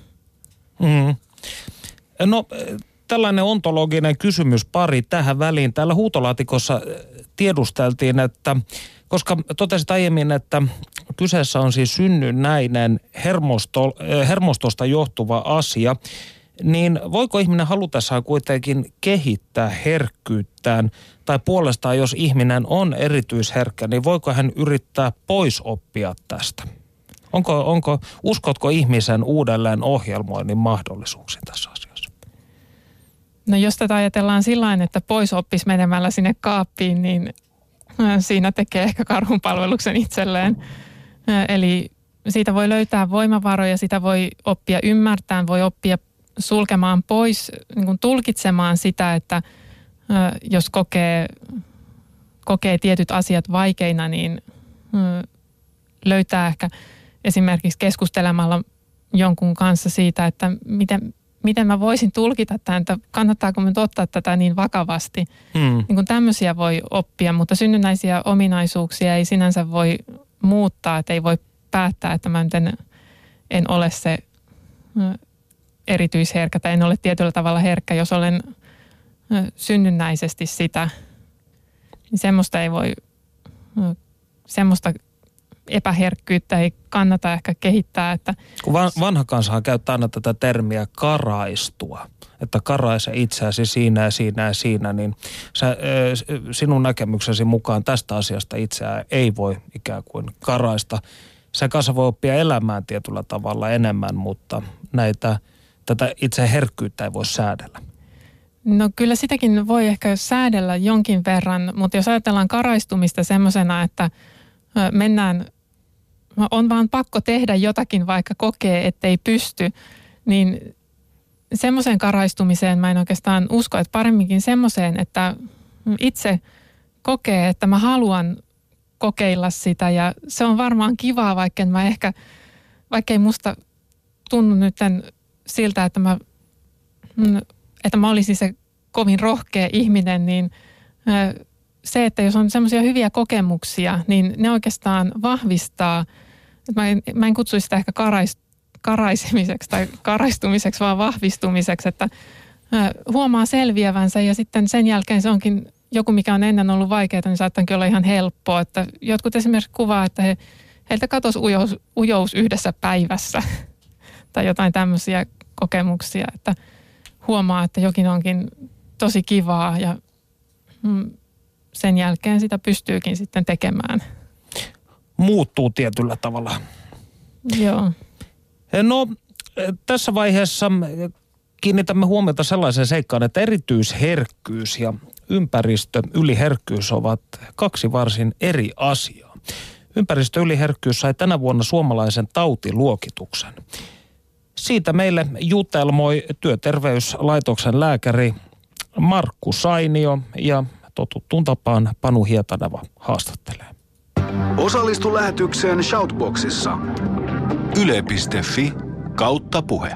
No, tällainen ontologinen kysymys pari tähän väliin. Täällä huutolaatikossa tiedusteltiin, että koska totesit aiemmin, että kyseessä on siis synnynnäinen hermostosta johtuva asia, niin voiko ihminen halutessaan kuitenkin kehittää herkkyyttään tai puolestaan, jos ihminen on erityisherkkä, niin voiko hän yrittää poisoppia tästä? Uskotko ihmisen uudelleen ohjelmoinnin mahdollisuuksiin tässä asiassa? No jos tätä ajatellaan sillain, että poisoppisi menemällä sinne kaappiin, niin siinä tekee ehkä karhunpalveluksen itselleen. Eli siitä voi löytää voimavaroja, sitä voi oppia ymmärtämään, voi oppia sulkemaan pois, niin kuin tulkitsemaan sitä, että jos kokee tietyt asiat vaikeina, niin löytää ehkä esimerkiksi keskustelemalla jonkun kanssa siitä, että miten mä voisin tulkita tämän, että kannattaako minun ottaa tätä niin vakavasti. Niin kuin tämmöisiä voi oppia, mutta synnynnäisiä ominaisuuksia ei sinänsä voi muuttaa, että ei voi päättää, että mä en ole se erityisherkkä tai en ole tietyllä tavalla herkkä, jos olen synnynnäisesti sitä. Niin semmoista ei voi, semmoista epäherkkyyttä ei kannata ehkä kehittää. Että kun vanha kansahan käyttää aina tätä termiä karaistua, että karaise itseäsi siinä ja siinä ja siinä, niin sinun näkemyksesi mukaan tästä asiasta itseään ei voi ikään kuin karaista. Sen kanssa voi oppia elämään tietyllä tavalla enemmän, mutta tätä itse herkkyyttä ei voi säädellä. No kyllä sitäkin voi ehkä säädellä jonkin verran, mutta jos ajatellaan karaistumista semmoisena, että on vaan pakko tehdä jotakin, vaikka kokee, ettei pysty, niin semmoiseen karaistumiseen mä en oikeastaan usko, että paremminkin semmoiseen, että itse kokee, että mä haluan kokeilla sitä ja se on varmaan kivaa, vaikka ei musta tunnu nyt siltä, että mä olisin se kovin rohkea ihminen, niin se, että jos on semmoisia hyviä kokemuksia, niin ne oikeastaan vahvistaa, mä en kutsuisi sitä ehkä karaisemiseksi tai karaistumiseksi, vaan vahvistumiseksi, että huomaa selviävänsä ja sitten sen jälkeen se onkin joku, mikä on ennen ollut vaikeaa, niin saattaankin olla ihan helppoa. Että jotkut esimerkiksi kuvaa, että heiltä katosi ujous yhdessä päivässä tai jotain tämmöisiä kokemuksia, että huomaa, että jokin onkin tosi kivaa ja sen jälkeen sitä pystyykin sitten tekemään. Muuttuu tietyllä tavalla. Joo. No, tässä vaiheessa kiinnitämme huomiota sellaiseen seikkaan, että erityisherkkyys ja ympäristöyliherkkyys ovat kaksi varsin eri asiaa. Ympäristöyliherkkyys sai tänä vuonna suomalaisen tautiluokituksen. Siitä meille jutelmoi Työterveyslaitoksen lääkäri Markku Sainio ja totuttuun tapaan Panu Hietaneva haastattelee. Osallistu lähetykseen Shoutboxissa. Yle.fi/puhe.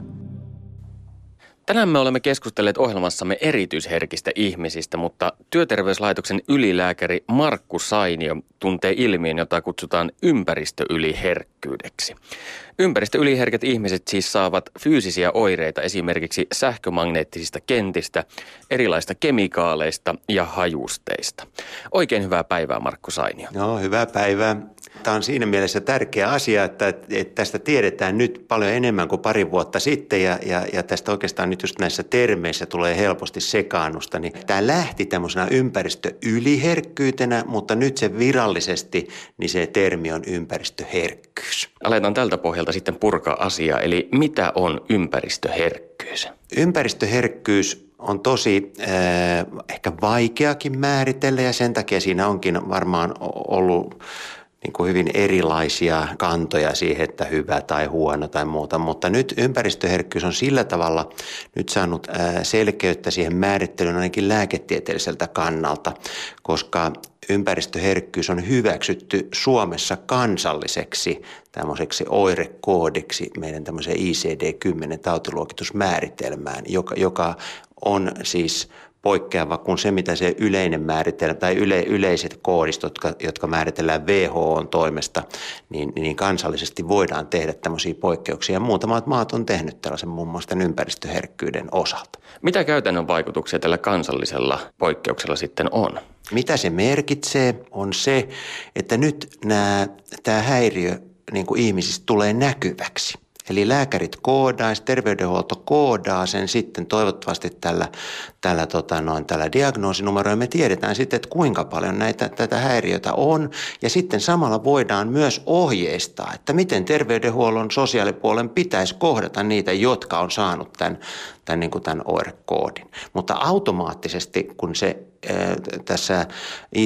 Tänään me olemme keskustelleet ohjelmassamme erityisherkistä ihmisistä, mutta Työterveyslaitoksen ylilääkäri Markku Sainio tuntee ilmiön, jota kutsutaan ympäristöyliherkkyydeksi. Ympäristöyliherkät ihmiset siis saavat fyysisiä oireita esimerkiksi sähkömagneettisista kentistä, erilaisista kemikaaleista ja hajusteista. Oikein hyvää päivää, Markku Sainio. No, hyvää päivää. Tämä on siinä mielessä tärkeä asia, että tästä tiedetään nyt paljon enemmän kuin pari vuotta sitten ja tästä oikeastaan nyt just näissä termeissä tulee helposti sekaannusta. Niin tämä lähti tämmöisenä ympäristöyliherkkyytenä, mutta nyt se virallisesti, niin se termi on ympäristöherkkyys. Aletaan tältä pohjalta sitten purkaa asiaa, eli mitä on ympäristöherkkyys? Ympäristöherkkyys on tosi ehkä vaikeakin määritellä ja sen takia siinä onkin varmaan ollut niin kuin hyvin erilaisia kantoja siihen, että hyvä tai huono tai muuta, mutta nyt ympäristöherkkyys on sillä tavalla nyt saanut selkeyttä siihen määrittelyyn ainakin lääketieteelliseltä kannalta, koska ympäristöherkkyys on hyväksytty Suomessa kansalliseksi tämmöiseksi oirekoodiksi meidän tämmöiseen ICD-10 tautiluokitusmääritelmään, joka on siis poikkeava kuin se, mitä se yleinen määritelmä tai yleiset koodistot, jotka määritellään WHO:n toimesta, niin kansallisesti voidaan tehdä tämmöisiä poikkeuksia. Muutamat maat on tehnyt tällaisen muun muassa tämän ympäristöherkkyyden osalta. Mitä käytännön vaikutuksia tällä kansallisella poikkeuksella sitten on? Mitä se merkitsee on se, että nyt tämä häiriö niin kuin ihmisistä tulee näkyväksi. Eli lääkärit terveydenhuolto koodaa sen sitten toivottavasti tällä diagnoosinumerolla. Ja me tiedetään sitten, että kuinka paljon tätä häiriötä on. Ja sitten samalla voidaan myös ohjeistaa, että miten terveydenhuollon sosiaalipuolen pitäisi kohdata niitä, jotka on saanut tämän oirekoodin. Mutta automaattisesti, kun se tässä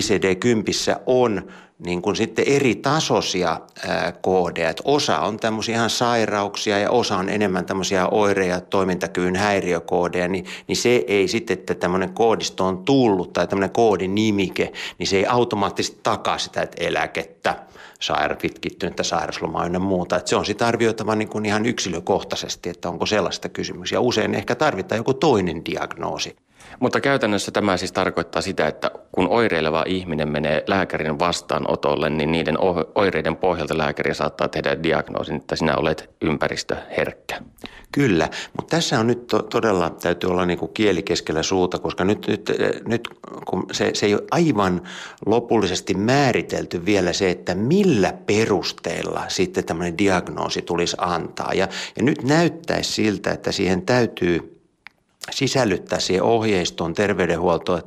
ICD-10 on niin kuin sitten eri tasoisia koodeja. Että osa on tämmöisiä ihan sairauksia ja osa on enemmän tämmöisiä oire- ja toimintakyvyn häiriökoodeja, niin se ei sitten, että tämmöinen koodisto on tullut tai tämmöinen koodinimike, niin se ei automaattisesti takaa sitä, että eläkettä, pitkittynyttä sairauslomaa ynnä muuta. Että se on sitten arvioitava niin kuin ihan yksilökohtaisesti, että onko sellaista kysymyksiä. Usein ehkä tarvitaan joku toinen diagnoosi. Mutta käytännössä tämä siis tarkoittaa sitä, että kun oireileva ihminen menee lääkärin vastaanotolle, niin niiden oireiden pohjalta lääkäri saattaa tehdä diagnoosin, että sinä olet ympäristöherkkä. Kyllä, mutta tässä on nyt todella, täytyy olla niin kuin kieli keskellä suuta, koska nyt kun se ei ole aivan lopullisesti määritelty vielä se, että millä perusteella sitten tämmöinen diagnoosi tulisi antaa. Ja nyt näyttäisi siltä, että siihen täytyy sisällyttää siihen ohjeistoon terveydenhuoltoon,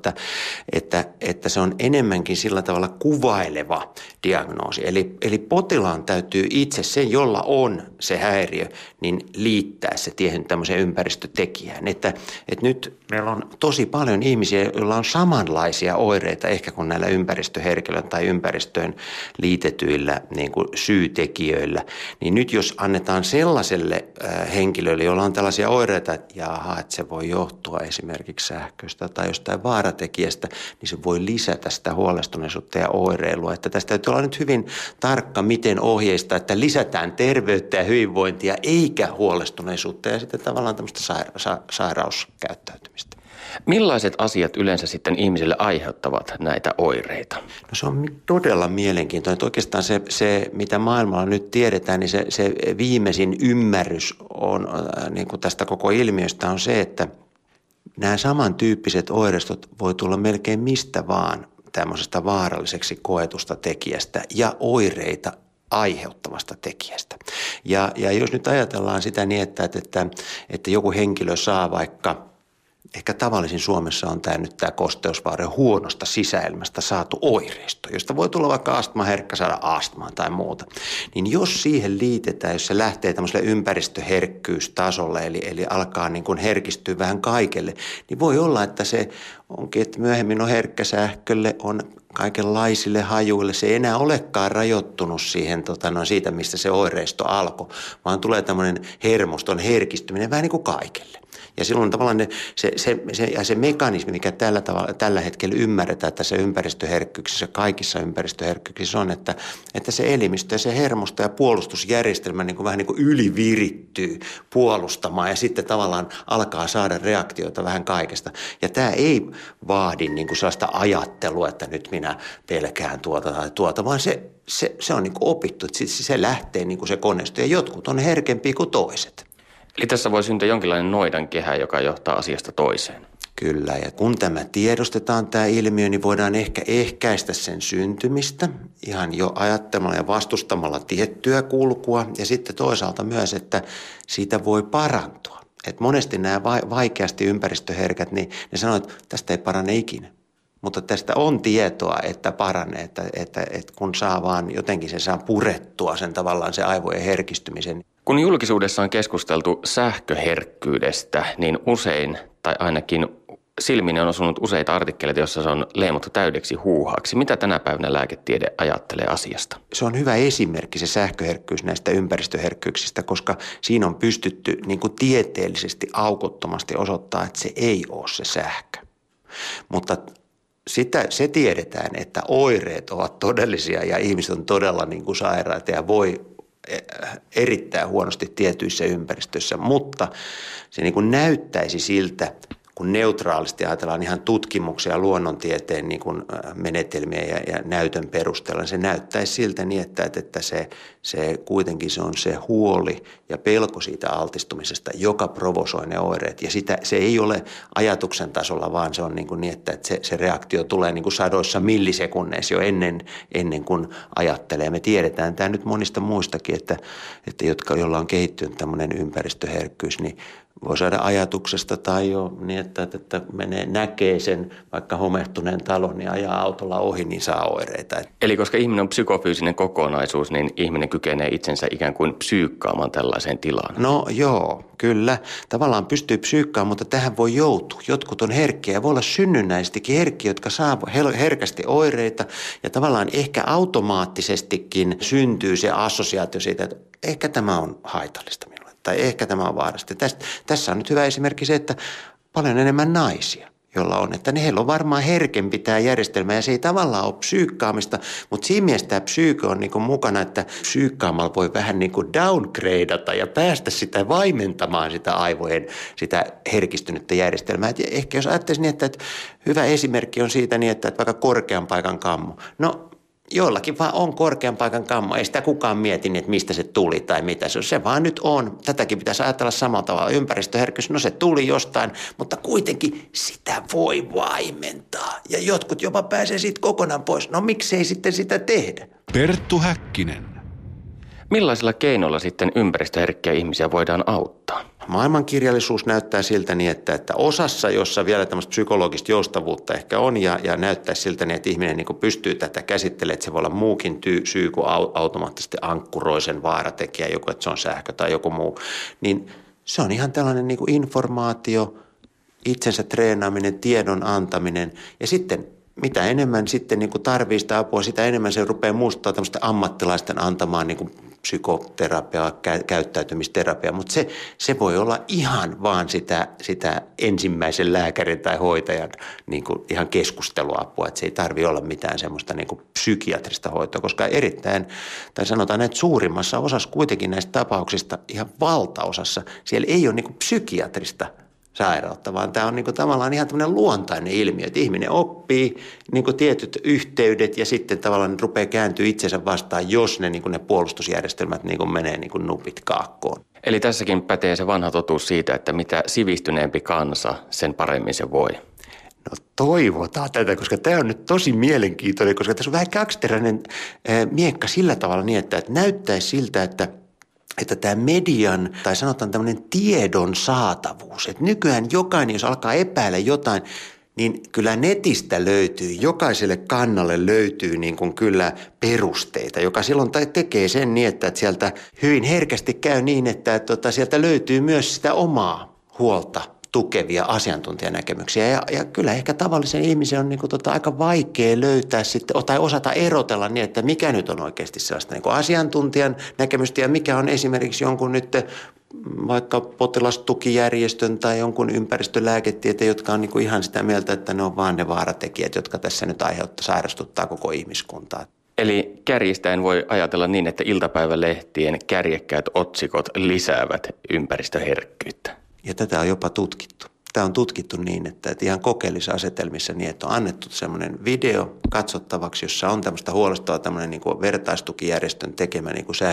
että se on enemmänkin sillä tavalla kuvaileva diagnoosi. Eli potilaan täytyy itse, sen jolla on se häiriö, niin liittää se tietyn tämmöiseen ympäristötekijään. Että nyt meillä on tosi paljon ihmisiä, joilla on samanlaisia oireita ehkä kuin näillä ympäristöherkillä tai ympäristöön liitetyillä niin kuin syytekijöillä. Niin nyt jos annetaan sellaiselle henkilölle, jolla on tällaisia oireita, että se voi johtua esimerkiksi sähköstä tai jostain vaaratekijästä, niin se voi lisätä sitä huolestuneisuutta ja oireilua. Että tästä täytyy olla nyt hyvin tarkka, miten ohjeistaa, että lisätään terveyttä ja hyvinvointia eikä huolestuneisuutta ja sitten tavallaan tämmöistä sairauskäyttäytymistä. Millaiset asiat yleensä sitten ihmisille aiheuttavat näitä oireita? No se on todella mielenkiintoinen. Että oikeastaan se, mitä maailmalla nyt tiedetään, niin se viimeisin ymmärrys on, niin kuin tästä koko ilmiöstä on se, että nämä samantyyppiset oireistot voi tulla melkein mistä vaan tämmöisestä vaaralliseksi koetusta tekijästä ja oireita aiheuttavasta tekijästä. Ja jos nyt ajatellaan sitä niin, että joku henkilö saa vaikka, ehkä tavallisin Suomessa on tämä kosteusvaurio huonosta sisäilmasta saatu oireisto, josta voi tulla vaikka astmaherkkä, saada astmaa tai muuta. Niin jos siihen liitetään, jos se lähtee tämmöiselle ympäristöherkkyystasolle, eli alkaa niin kuin herkistyä vähän kaikelle, niin voi olla, että se onkin, että myöhemmin on herkkä sähkölle, on kaikenlaisille hajuille. Se ei enää olekaan rajoittunut siihen, siitä, mistä se oireisto alkoi, vaan tulee tämmöinen hermoston herkistyminen vähän niin kuin kaikelle. Ja silloin tavallaan se mekanismi, mikä tällä hetkellä ymmärretään tässä ympäristöherkkyyksissä, kaikissa ympäristöherkkyyksissä on, että se elimistö ja se hermosto ja puolustusjärjestelmä niin kuin vähän niin kuin ylivirittyy puolustamaan ja sitten tavallaan alkaa saada reaktioita vähän kaikesta. Ja tämä ei vaadi niin kuin sellaista ajattelua, että nyt minä pelkään tuota tai tuota, vaan se on niin kuin opittu, että se lähtee niin kuin se koneisto ja jotkut on herkempiä kuin toiset. Eli tässä voi syntyä jonkinlainen noidankehä, joka johtaa asiasta toiseen. Kyllä, ja kun tämä tiedostetaan tämä ilmiö, niin voidaan ehkä ehkäistä sen syntymistä ihan jo ajattelemalla ja vastustamalla tiettyä kulkua. Ja sitten toisaalta myös, että siitä voi parantua. Et monesti nämä vaikeasti ympäristöherkät, niin ne sanoo, että tästä ei parane ikinä. Mutta tästä on tietoa, että paranee, että kun saa vaan jotenkin se saa purettua sen tavallaan se aivojen herkistymisen. Kun julkisuudessa on keskusteltu sähköherkkyydestä, niin usein, tai ainakin silmiin on osunut useita artikkeleita, joissa se on leimattu täydeksi huuhaaksi. Mitä tänä päivänä lääketiede ajattelee asiasta? Se on hyvä esimerkki se sähköherkkyys näistä ympäristöherkkyyksistä, koska siinä on pystytty niin kuin tieteellisesti aukottomasti osoittaa, että se ei ole se sähkö. Mutta se tiedetään, että oireet ovat todellisia ja ihmiset on todella niin kuin sairaita ja voi erittäin huonosti tietyissä ympäristöissä, mutta se niin kuin näyttäisi siltä, kun neutraalisti ajatellaan ihan tutkimuksia ja luonnontieteen niin kuin menetelmiä ja näytön perusteella, niin se näyttäisi siltä niin, että se kuitenkin se on se huoli ja pelko siitä altistumisesta, joka provosoi ne oireet. Ja se ei ole ajatuksen tasolla, vaan se on niin, että se reaktio tulee niin kuin sadoissa millisekunneissa jo ennen kuin ajattelee. Me tiedetään tämä nyt monista muistakin, että joilla on kehittynyt tämmöinen ympäristöherkkyys, niin voi saada ajatuksesta tai jo niin, että näkee sen vaikka homehtuneen talon, niin ajaa autolla ohi, niin saa oireita. Eli koska ihminen on psykofyysinen kokonaisuus, niin ihminen kykenee itsensä ikään kuin psyykkaamaan tällaiseen tilaan. No joo, kyllä. Tavallaan pystyy psyykkaamaan, mutta tähän voi joutua. Jotkut on herkkiä ja voi olla synnynnäisestikin herkkiä, jotka saa herkästi oireita. Ja tavallaan ehkä automaattisestikin syntyy se assosiaatio siitä, että ehkä tämä on haitallista minulle tai ehkä tämä on vaarallista. Tässä on nyt hyvä esimerkki se, että paljon enemmän naisia, jolla on, että heillä on varmaan herkempi tämä järjestelmä ja se ei tavallaan ole psyykkaamista, mutta siinä mielessä tämä psyyke on niin mukana, että psyykkaamalla voi vähän niin kuin downgradeata ja päästä sitä vaimentamaan sitä aivojen, sitä herkistynyttä järjestelmää. Et ehkä jos ajattelisi niin, että hyvä esimerkki on siitä niin, että vaikka korkean paikan kammo, no joillakin vaan on korkean paikan kammo. Ei sitä kukaan mieti, että mistä se tuli tai mitä se vaan nyt on. Tätäkin pitäisi ajatella samalla tavalla. Ympäristöherkkyys, no se tuli jostain, mutta kuitenkin sitä voi vaimentaa. Ja jotkut jopa pääsee siitä kokonaan pois. No miksei sitten sitä tehdä? Perttu Häkkinen. Millaisilla keinoilla sitten ympäristöherkkiä ihmisiä voidaan auttaa? Maailmankirjallisuus näyttää siltä niin, että osassa, jossa vielä tämmöistä psykologista joustavuutta ehkä on ja näyttää siltä niin, että ihminen niin kuin pystyy tätä käsittelemään, että se voi olla muukin syy kuin automaattisesti ankkuroisen vaaratekijä, joku, että se on sähkö tai joku muu, niin se on ihan tällainen niin kuin informaatio, itsensä treenaaminen, tiedon antaminen ja sitten mitä enemmän sitten niin kuin tarvii sitä apua, sitä enemmän se rupeaa muistuttamaan tämmöisten ammattilaisten antamaan niin kuin psykoterapiaa, käyttäytymisterapiaa, mutta se voi olla ihan vaan sitä ensimmäisen lääkärin tai hoitajan niin kuin ihan keskusteluapua, että se ei tarvitse olla mitään semmoista niin kuin psykiatrista hoitoa, koska tai sanotaan, että suurimmassa osassa kuitenkin näistä tapauksista, ihan valtaosassa, siellä ei ole niin kuin psykiatrista sairautta, vaan tämä on niin kuin tavallaan ihan tämmöinen luontainen ilmiö, että ihminen oppii niin kuin tietyt yhteydet ja sitten tavallaan rupeaa kääntyä itsensä vastaan, jos ne puolustusjärjestelmät niin kuin menee niin kuin nupit kaakkoon. Eli tässäkin pätee se vanha totuus siitä, että mitä sivistyneempi kansa, sen paremmin se voi. No toivotaan tätä, koska tämä on nyt tosi mielenkiintoinen, koska tässä on vähän kaksiteräinen miekka sillä tavalla niin, että näyttäisi siltä, että tämä median tai sanotaan tämmöinen tiedon saatavuus, että nykyään jokainen, jos alkaa epäillä jotain, niin kyllä netistä löytyy, jokaiselle kannalle löytyy niin kuin kyllä perusteita, joka silloin tekee sen niin, että sieltä hyvin herkästi käy niin, että sieltä löytyy myös sitä omaa huolta tukevia asiantuntijanäkemyksiä. Ja kyllä ehkä tavallisen ihmisen on niin kuin aika vaikea löytää sitten, tai osata erotella niin, että mikä nyt on oikeasti sellaista niin kuin asiantuntijan näkemystä ja mikä on esimerkiksi jonkun nyt vaikka potilastukijärjestön tai jonkun ympäristölääketieteen, jotka on niin kuin ihan sitä mieltä, että ne on vaan ne vaaratekijät, jotka tässä nyt sairastuttaa koko ihmiskuntaa. Eli kärjistäen voi ajatella niin, että iltapäivälehtien kärjekkäät otsikot lisäävät ympäristöherkkyyttä. Ja tätä on jopa tutkittu. Tämä on tutkittu niin, että ihan kokeellisissa asetelmissa niin, että on annettu semmoinen video katsottavaksi, jossa on tämmöistä huolestavaa tämmöinen niin kuin vertaistukijärjestön tekemä niin kuin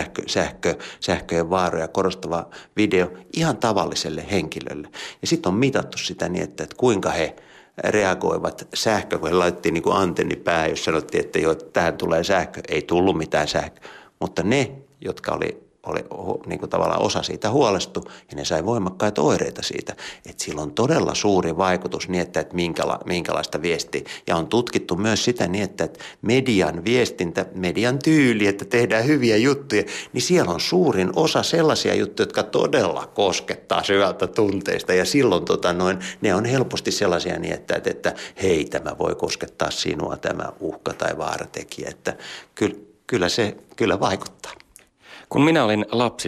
sähköjen vaaroja korostava video ihan tavalliselle henkilölle. Ja sitten on mitattu sitä niin, että kuinka he reagoivat sähkö, kun he laitettiin niin kuin antenni päähän, jos sanottiin, että joo, tähän tulee sähkö. Ei tullut mitään sähköä, mutta ne, jotka oli niin kuin tavallaan osa siitä huolestui ja ne sai voimakkaita oireita siitä. Että sillä on todella suuri vaikutus niin, että minkälaista viestiä. Ja on tutkittu myös sitä niin, että median viestintä, median tyyli, että tehdään hyviä juttuja, niin siellä on suurin osa sellaisia juttuja, jotka todella koskettaa syvältä tunteista. Ja silloin ne on helposti sellaisia niin, että hei, tämä voi koskettaa sinua, tämä uhka tai vaaratekijä. Että kyllä se vaikuttaa. Kun minä olin lapsi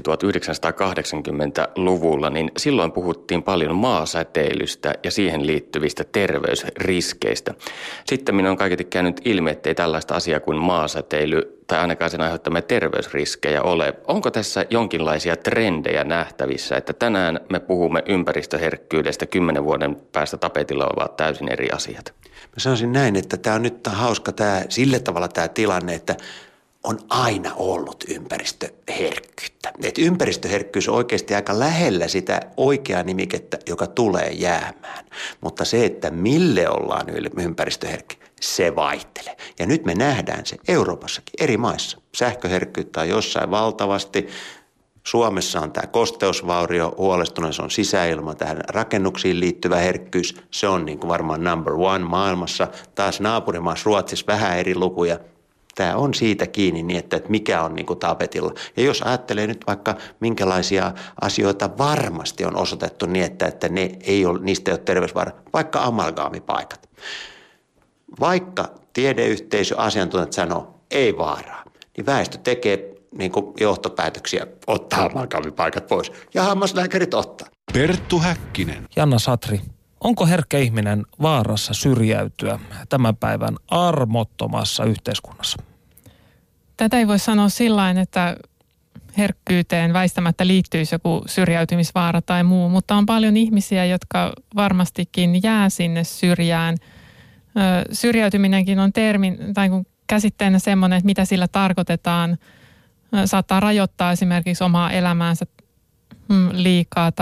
1980-luvulla, niin silloin puhuttiin paljon maasäteilystä ja siihen liittyvistä terveysriskeistä. Sitten minun on kaiketi käynyt ilmi, ettei tällaista asiaa kuin maasäteily tai ainakaan sen aiheuttamia terveysriskejä ole. Onko tässä jonkinlaisia trendejä nähtävissä, että tänään me puhumme ympäristöherkkyydestä, 10 vuoden päästä tapetilla ovat täysin eri asiat? Mä sanoisin näin, että tämä on nyt hauska sillä tavalla tämä tilanne, että on aina ollut ympäristöherkkyyttä. Et ympäristöherkkyys on oikeasti aika lähellä sitä oikeaa nimikettä, joka tulee jäämään. Mutta se, että mille ollaan ympäristöherkkä, se vaihtelee. Ja nyt me nähdään se Euroopassakin, eri maissa. Sähköherkkyyttä on jossain valtavasti, Suomessa on tämä kosteusvaurio, huolestuneisuus on sisäilma, tähän rakennuksiin liittyvä herkkyys. Se on niin kuin varmaan number one maailmassa. Taas naapurimaassa Ruotsissa vähän eri lukuja. Tämä on siitä kiinni niin, että mikä on niin kuin tapetilla. Ja jos ajattelee nyt vaikka minkälaisia asioita varmasti on osoitettu niin, että niistä ei ole terveysvaara, vaikka amalgaamipaikat. Vaikka tiedeyhteisö, asiantuntijat sanoo, ei vaaraa, niin väestö tekee niin kuin johtopäätöksiä, ottaa amalgaamipaikat pois. Ja hammaslääkärit ottaa. Perttu Häkkinen. Janna Satri, onko herkkä ihminen vaarassa syrjäytyä tämän päivän armottomassa yhteiskunnassa? Tätä ei voi sanoa sillain, että herkkyyteen väistämättä liittyisi joku syrjäytymisvaara tai muu, mutta on paljon ihmisiä, jotka varmastikin jää sinne syrjään. Syrjäytyminenkin on käsitteenä semmoinen, että mitä sillä tarkoitetaan. Saattaa rajoittaa esimerkiksi omaa elämäänsä liikaa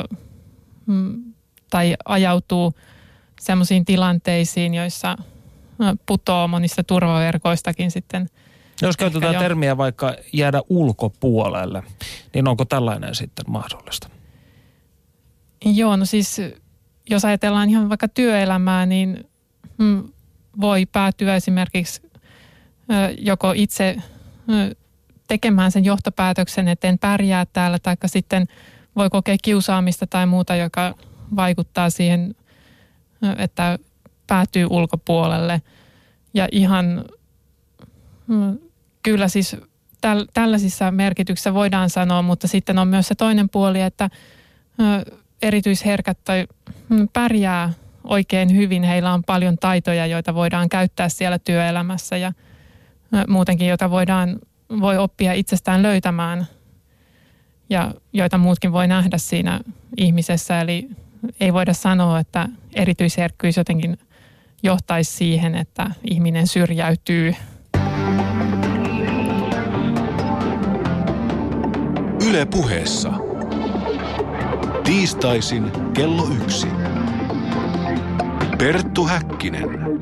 tai ajautuu semmoisiin tilanteisiin, joissa putoo monista turvaverkoistakin sitten. Jos käytetään termiä vaikka jäädä ulkopuolelle, niin onko tällainen sitten mahdollista? Joo, no siis jos ajatellaan ihan vaikka työelämää, niin voi päätyä esimerkiksi joko itse tekemään sen johtopäätöksen, että en pärjää täällä, tai sitten voi kokea kiusaamista tai muuta, joka vaikuttaa siihen, että päätyy ulkopuolelle. Ja ihan kyllä siis tällaisissa merkityksissä voidaan sanoa, mutta sitten on myös se toinen puoli, että erityisherkät tai pärjää oikein hyvin. Heillä on paljon taitoja, joita voidaan käyttää siellä työelämässä ja muutenkin, joita voi oppia itsestään löytämään ja joita muutkin voi nähdä siinä ihmisessä. Eli ei voida sanoa, että erityisherkkyys jotenkin johtaisi siihen, että ihminen syrjäytyy. Yle Puheessa. Tiistaisin kello 1. Perttu Häkkinen.